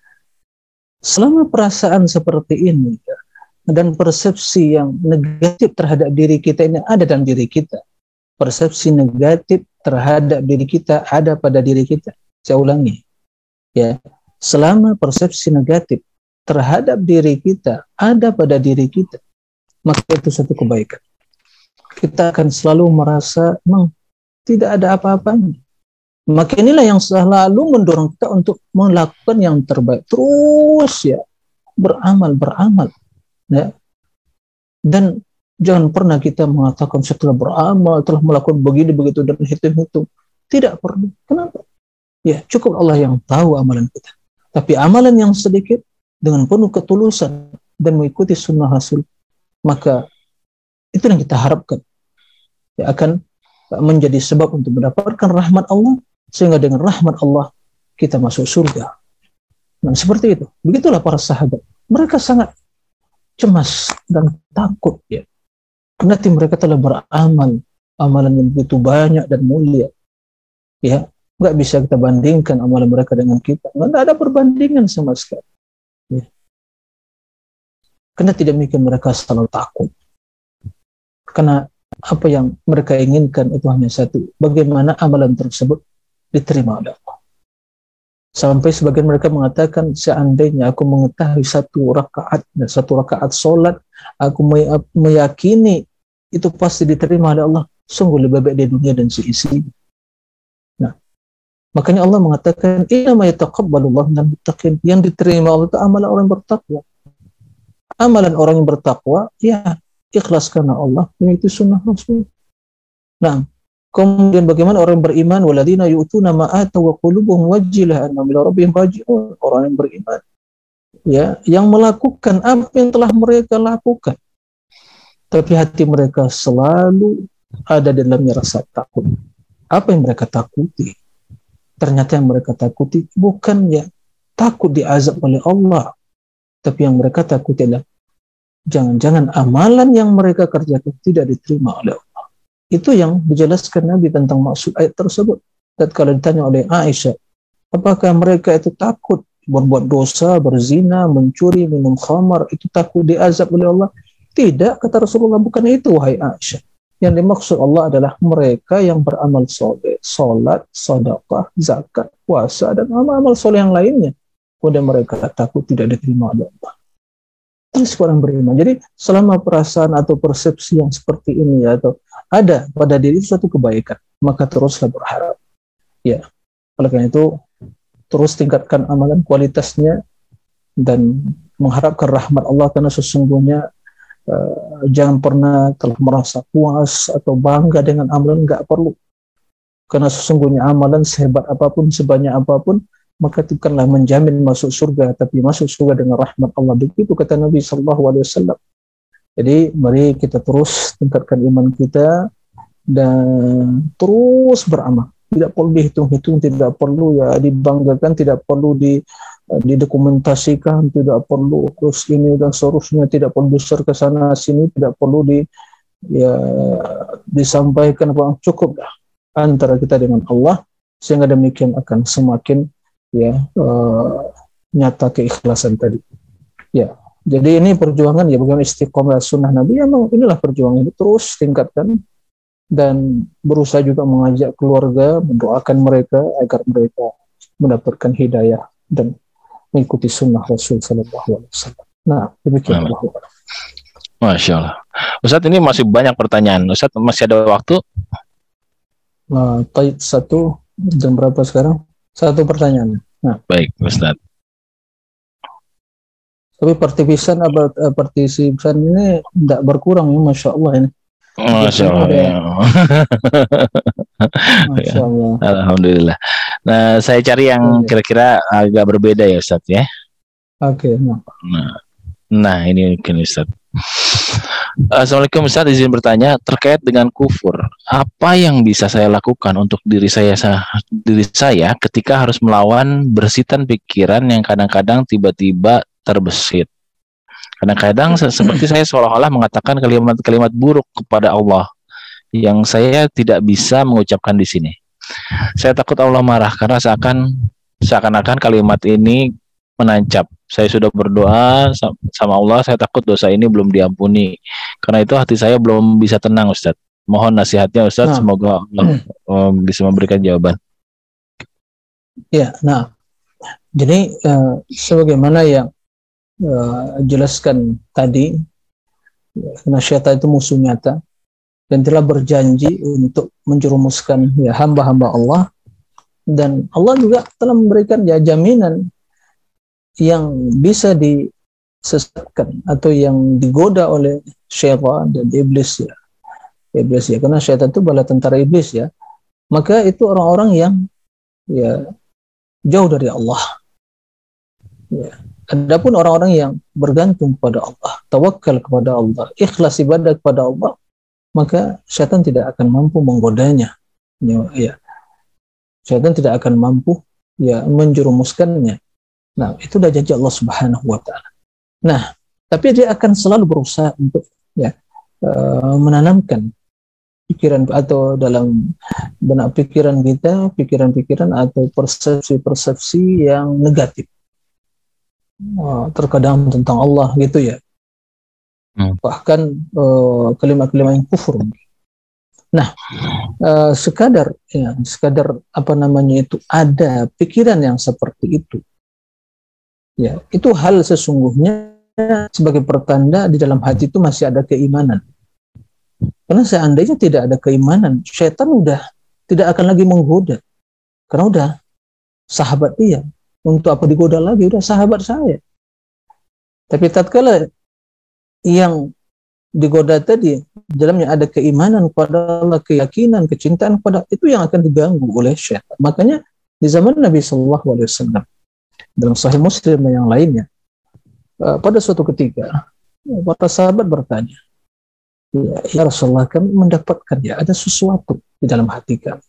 Selama perasaan seperti ini, dan persepsi yang negatif terhadap diri kita ini ada dalam diri kita. Persepsi negatif terhadap diri kita ada pada diri kita. Saya ulangi. Ya, selama persepsi negatif terhadap diri kita ada pada diri kita, maka itu satu kebaikan. Kita akan selalu merasa tidak ada apa-apanya. Maka inilah yang selalu mendorong kita untuk melakukan yang terbaik. Terus ya, beramal. Ya. Dan jangan pernah kita mengatakan setelah beramal, telah melakukan begini, begitu, dan hitung-hitung. Tidak perlu. Kenapa? Ya, cukup Allah yang tahu amalan kita. Tapi amalan yang sedikit, dengan penuh ketulusan, dan mengikuti sunnah Rasul, maka itu yang kita harapkan. Ya, akan menjadi sebab untuk mendapatkan rahmat Allah, sehingga dengan rahmat Allah, kita masuk surga. Nah, seperti itu. Begitulah para sahabat. Mereka sangat cemas dan takut, ya. Nanti mereka telah beramal amalan yang begitu banyak dan mulia, ya, nggak bisa kita bandingkan amalan mereka dengan kita, nggak ada perbandingan sama sekali, ya. Karena tidak mungkin mereka selalu takut, karena apa yang mereka inginkan itu hanya satu, bagaimana amalan tersebut diterima oleh Allah. Sampai sebagian mereka mengatakan, seandainya aku mengetahui satu rakaat solat, aku meyakini itu pasti diterima oleh Allah, sungguh lebih baik di dunia dan seisi. Nah, makanya Allah mengatakan, innama yataqabbalullahu minal muttaqin. Yang diterima Allah itu amalan orang yang bertakwa. Amalan orang yang bertakwa, ya ikhlas karena Allah, dan itu sunnah Rasul. Nah, kemudian bagaimana orang beriman, waladina yu'tuna ma ataw wa qulubuhum wajilah annahum ila rabbihim raji'un. Orang yang beriman, ya, yang melakukan apa yang telah mereka lakukan, tapi hati mereka selalu ada dalamnya rasa takut. Apa yang mereka takuti? Ternyata yang mereka takuti bukan ya takut diazab oleh Allah, tapi yang mereka takuti adalah jangan-jangan amalan yang mereka kerjakan tidak diterima oleh Allah. Itu yang dijelaskan Nabi tentang maksud ayat tersebut. tatkala ditanya oleh Aisyah, apakah mereka itu takut berbuat dosa, berzina, mencuri, minum khamar, itu takut diazab oleh Allah? Tidak, kata Rasulullah, bukan itu wahai Aisyah. Yang dimaksud Allah adalah mereka yang beramal soleh, salat, sedekah, zakat, puasa, dan amal-amal soleh yang lainnya. Kemudian mereka takut tidak diterima oleh Allah. Terus orang beriman. Jadi selama perasaan atau persepsi yang seperti ini atau ada pada diri suatu kebaikan, maka teruslah berharap. Ya, oleh karena itu terus tingkatkan amalan kualitasnya dan mengharapkan rahmat Allah, karena sesungguhnya jangan pernah telah merasa puas atau bangga dengan amalan, enggak perlu. Karena sesungguhnya amalan sehebat apapun, sebanyak apapun, maka itu bukanlah menjamin masuk surga, tapi masuk surga dengan rahmat Allah. Begitu kata Nabi SAW. Jadi mari kita terus tingkatkan iman kita dan terus beramal. Tidak perlu dihitung-hitung, tidak perlu ya dibanggakan, tidak perlu didokumentasikan, tidak perlu terus ini dan seterusnya, tidak perlu besar ke sana sini, tidak perlu disampaikan apa, cukup dah antara kita dengan Allah, sehingga demikian akan semakin nyata keikhlasan tadi. Ya, jadi ini perjuangan ya, bagaimana istiqomah sunnah Nabi, memang inilah perjuangan itu, terus tingkatkan dan berusaha juga mengajak keluarga, mendoakan mereka agar mereka mendapatkan hidayah dan mengikuti sunnah Rasul Sallallahu Alaihi Wasallam. Nah, demikian. Masya Allah. Ustadz, ini masih banyak pertanyaan. Ustadz, masih ada waktu? Satu, jam berapa sekarang? Satu pertanyaan. Nah, baik, Ustadz. Tapi partisipan ini tidak berkurang ya, Masya Allah ini. Masya Allah. Ya. Masya Allah. Alhamdulillah. Nah, saya cari yang kira-kira agak berbeda ya, Ustadz ya. Oke. Nah, ini mungkin Ustadz. Assalamualaikum Ustadz, izin bertanya terkait dengan kufur. Apa yang bisa saya lakukan untuk diri saya ketika harus melawan bersitan pikiran yang kadang-kadang tiba-tiba terbesit. Kadang-kadang seperti saya seolah-olah mengatakan kalimat-kalimat buruk kepada Allah yang saya tidak bisa mengucapkan di sini. Saya takut Allah marah karena seakan-akan kalimat ini menancap. Saya sudah berdoa sama Allah, saya takut dosa ini belum diampuni. Karena itu hati saya belum bisa tenang, Ustadz. Mohon nasihatnya, Ustadz. Semoga Allah bisa memberikan jawaban. Ya, jadi sebagaimana yang jelaskan tadi, karena syaitan itu musuh nyata dan telah berjanji untuk menjerumuskan hamba-hamba Allah, dan Allah juga telah memberikan jaminan yang bisa disesatkan atau yang digoda oleh syaitan dan iblis ya, karena syaitan itu bala tentara iblis ya. Maka itu orang-orang yang jauh dari Allah ya. Adapun orang-orang yang bergantung kepada Allah, tawakal kepada Allah, ikhlas ibadah kepada Allah, maka syaitan tidak akan mampu menggodanya. Ya. Syaitan tidak akan mampu menjerumuskannya. Nah, itu sudah janji Allah Subhanahu wa taala. Nah, tapi dia akan selalu berusaha untuk menanamkan pikiran atau dalam benak pikiran kita, pikiran-pikiran atau persepsi-persepsi yang negatif. Terkadang tentang Allah gitu ya, bahkan kalimat-kalimat yang kufur. Nah, sekadar ada pikiran yang seperti itu ya, itu hal sesungguhnya sebagai pertanda di dalam hati itu masih ada keimanan. Karena seandainya tidak ada keimanan, syaitan udah tidak akan lagi menggoda, karena udah sahabat dia. Untuk apa digoda lagi, udah sahabat saya. Tapi tatkala yang digoda tadi dalamnya ada keimanan kepada Allah, keyakinan, kecintaan kepada, itu yang akan diganggu oleh syaitan. Makanya di zaman Nabi SAW dalam Sahih Muslim dan yang lainnya, pada suatu ketika para sahabat bertanya, ya Rasulullah, kami mendapatkan ada sesuatu di dalam hati kami.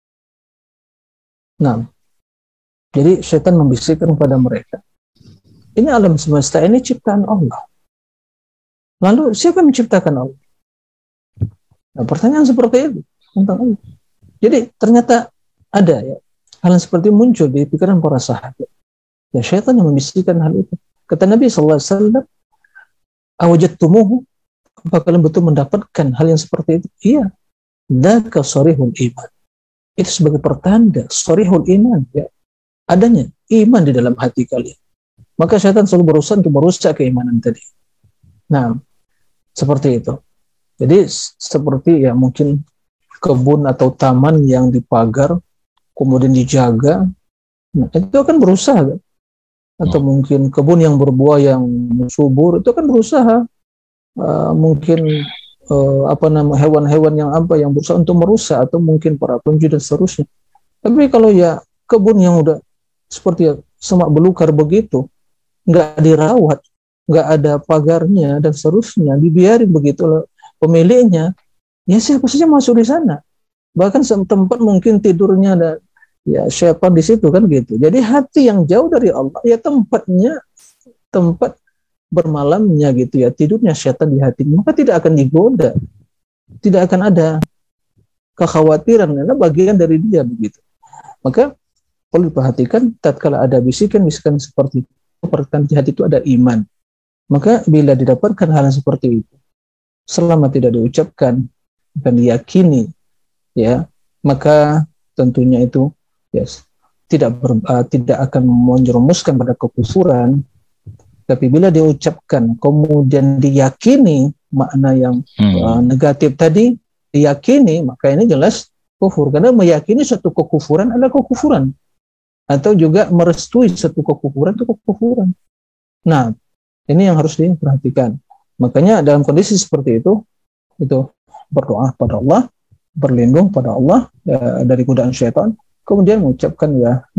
Nah, jadi syaitan membisikkan kepada mereka, ini alam semesta ini ciptaan Allah. Lalu siapa yang menciptakan Allah? Nah, pertanyaan seperti itu tentang Allah. Jadi ternyata ada ya hal yang seperti muncul di pikiran para sahabat. Ya syaitan yang membisikkan hal itu. Kata Nabi SAW, awajadtumuhu, apa kalian betul mendapatkan hal yang seperti itu? Iya. Dzaka sharihul iman. Itu sebagai pertanda sharihul iman, ya. Adanya iman di dalam hati kalian. Maka syaitan selalu berusaha untuk merusak keimanan tadi. Nah, seperti itu. Jadi seperti ya mungkin kebun atau taman yang dipagar, kemudian dijaga, nah, itu akan berusaha kan? Atau mungkin kebun yang berbuah yang subur itu akan berusaha mungkin hewan-hewan yang berusaha untuk merusak atau mungkin para penjudi dan seterusnya. Tapi kalau ya kebun yang udah seperti semak belukar begitu, nggak dirawat, nggak ada pagarnya dan seterusnya, dibiarin begitu oleh pemiliknya, ya siapa saja masuk di sana. Bahkan tempat mungkin tidurnya ada ya syaitan di situ kan gitu. Jadi hati yang jauh dari Allah ya tempat bermalamnya gitu ya, tidurnya syaitan di hati, maka tidak akan digoda, tidak akan ada kekhawatiran karena bagian dari dia begitu. Maka perlu diperhatikan tatkala ada bisikan-bisikan seperti itu, pertanda di hati itu ada iman. Maka bila didapatkan hal yang seperti itu, selama tidak diucapkan dan diyakini, ya, maka tentunya itu yes, tidak akan menjerumuskan pada kekufuran. Tapi bila diucapkan kemudian diyakini makna yang negatif tadi diyakini, maka ini jelas kufur. Karena meyakini suatu kekufuran adalah kekufuran, atau juga merestui suatu kekufuran itu kekufuran. Nah, ini yang harus diperhatikan. Makanya dalam kondisi seperti itu berdoa pada Allah, berlindung pada Allah dari godaan syaitan, kemudian mengucapkan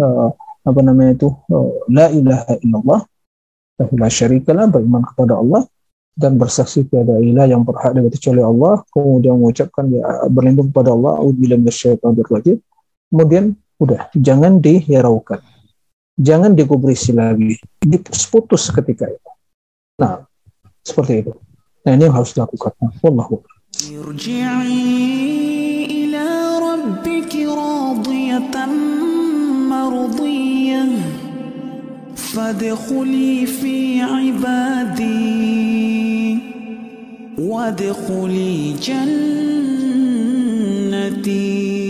la ilaha illallah la syarikalah, beriman kepada Allah dan bersaksi tiada ilah yang berhak disembah kecuali Allah, kemudian mengucapkan berlindung kepada Allah, a'udzubillahi minasyaitonir rajim. Kemudian udah, jangan dihiraukan, jangan digubrisi lagi, diputus ketika itu. Nah, seperti itu. Nah, ini yang harus dilakukan. Wallahu a'lam. Irji'i ila rabbiki radiyatan mardiyah fadkhuli fi ibadi wadkhuli jannati.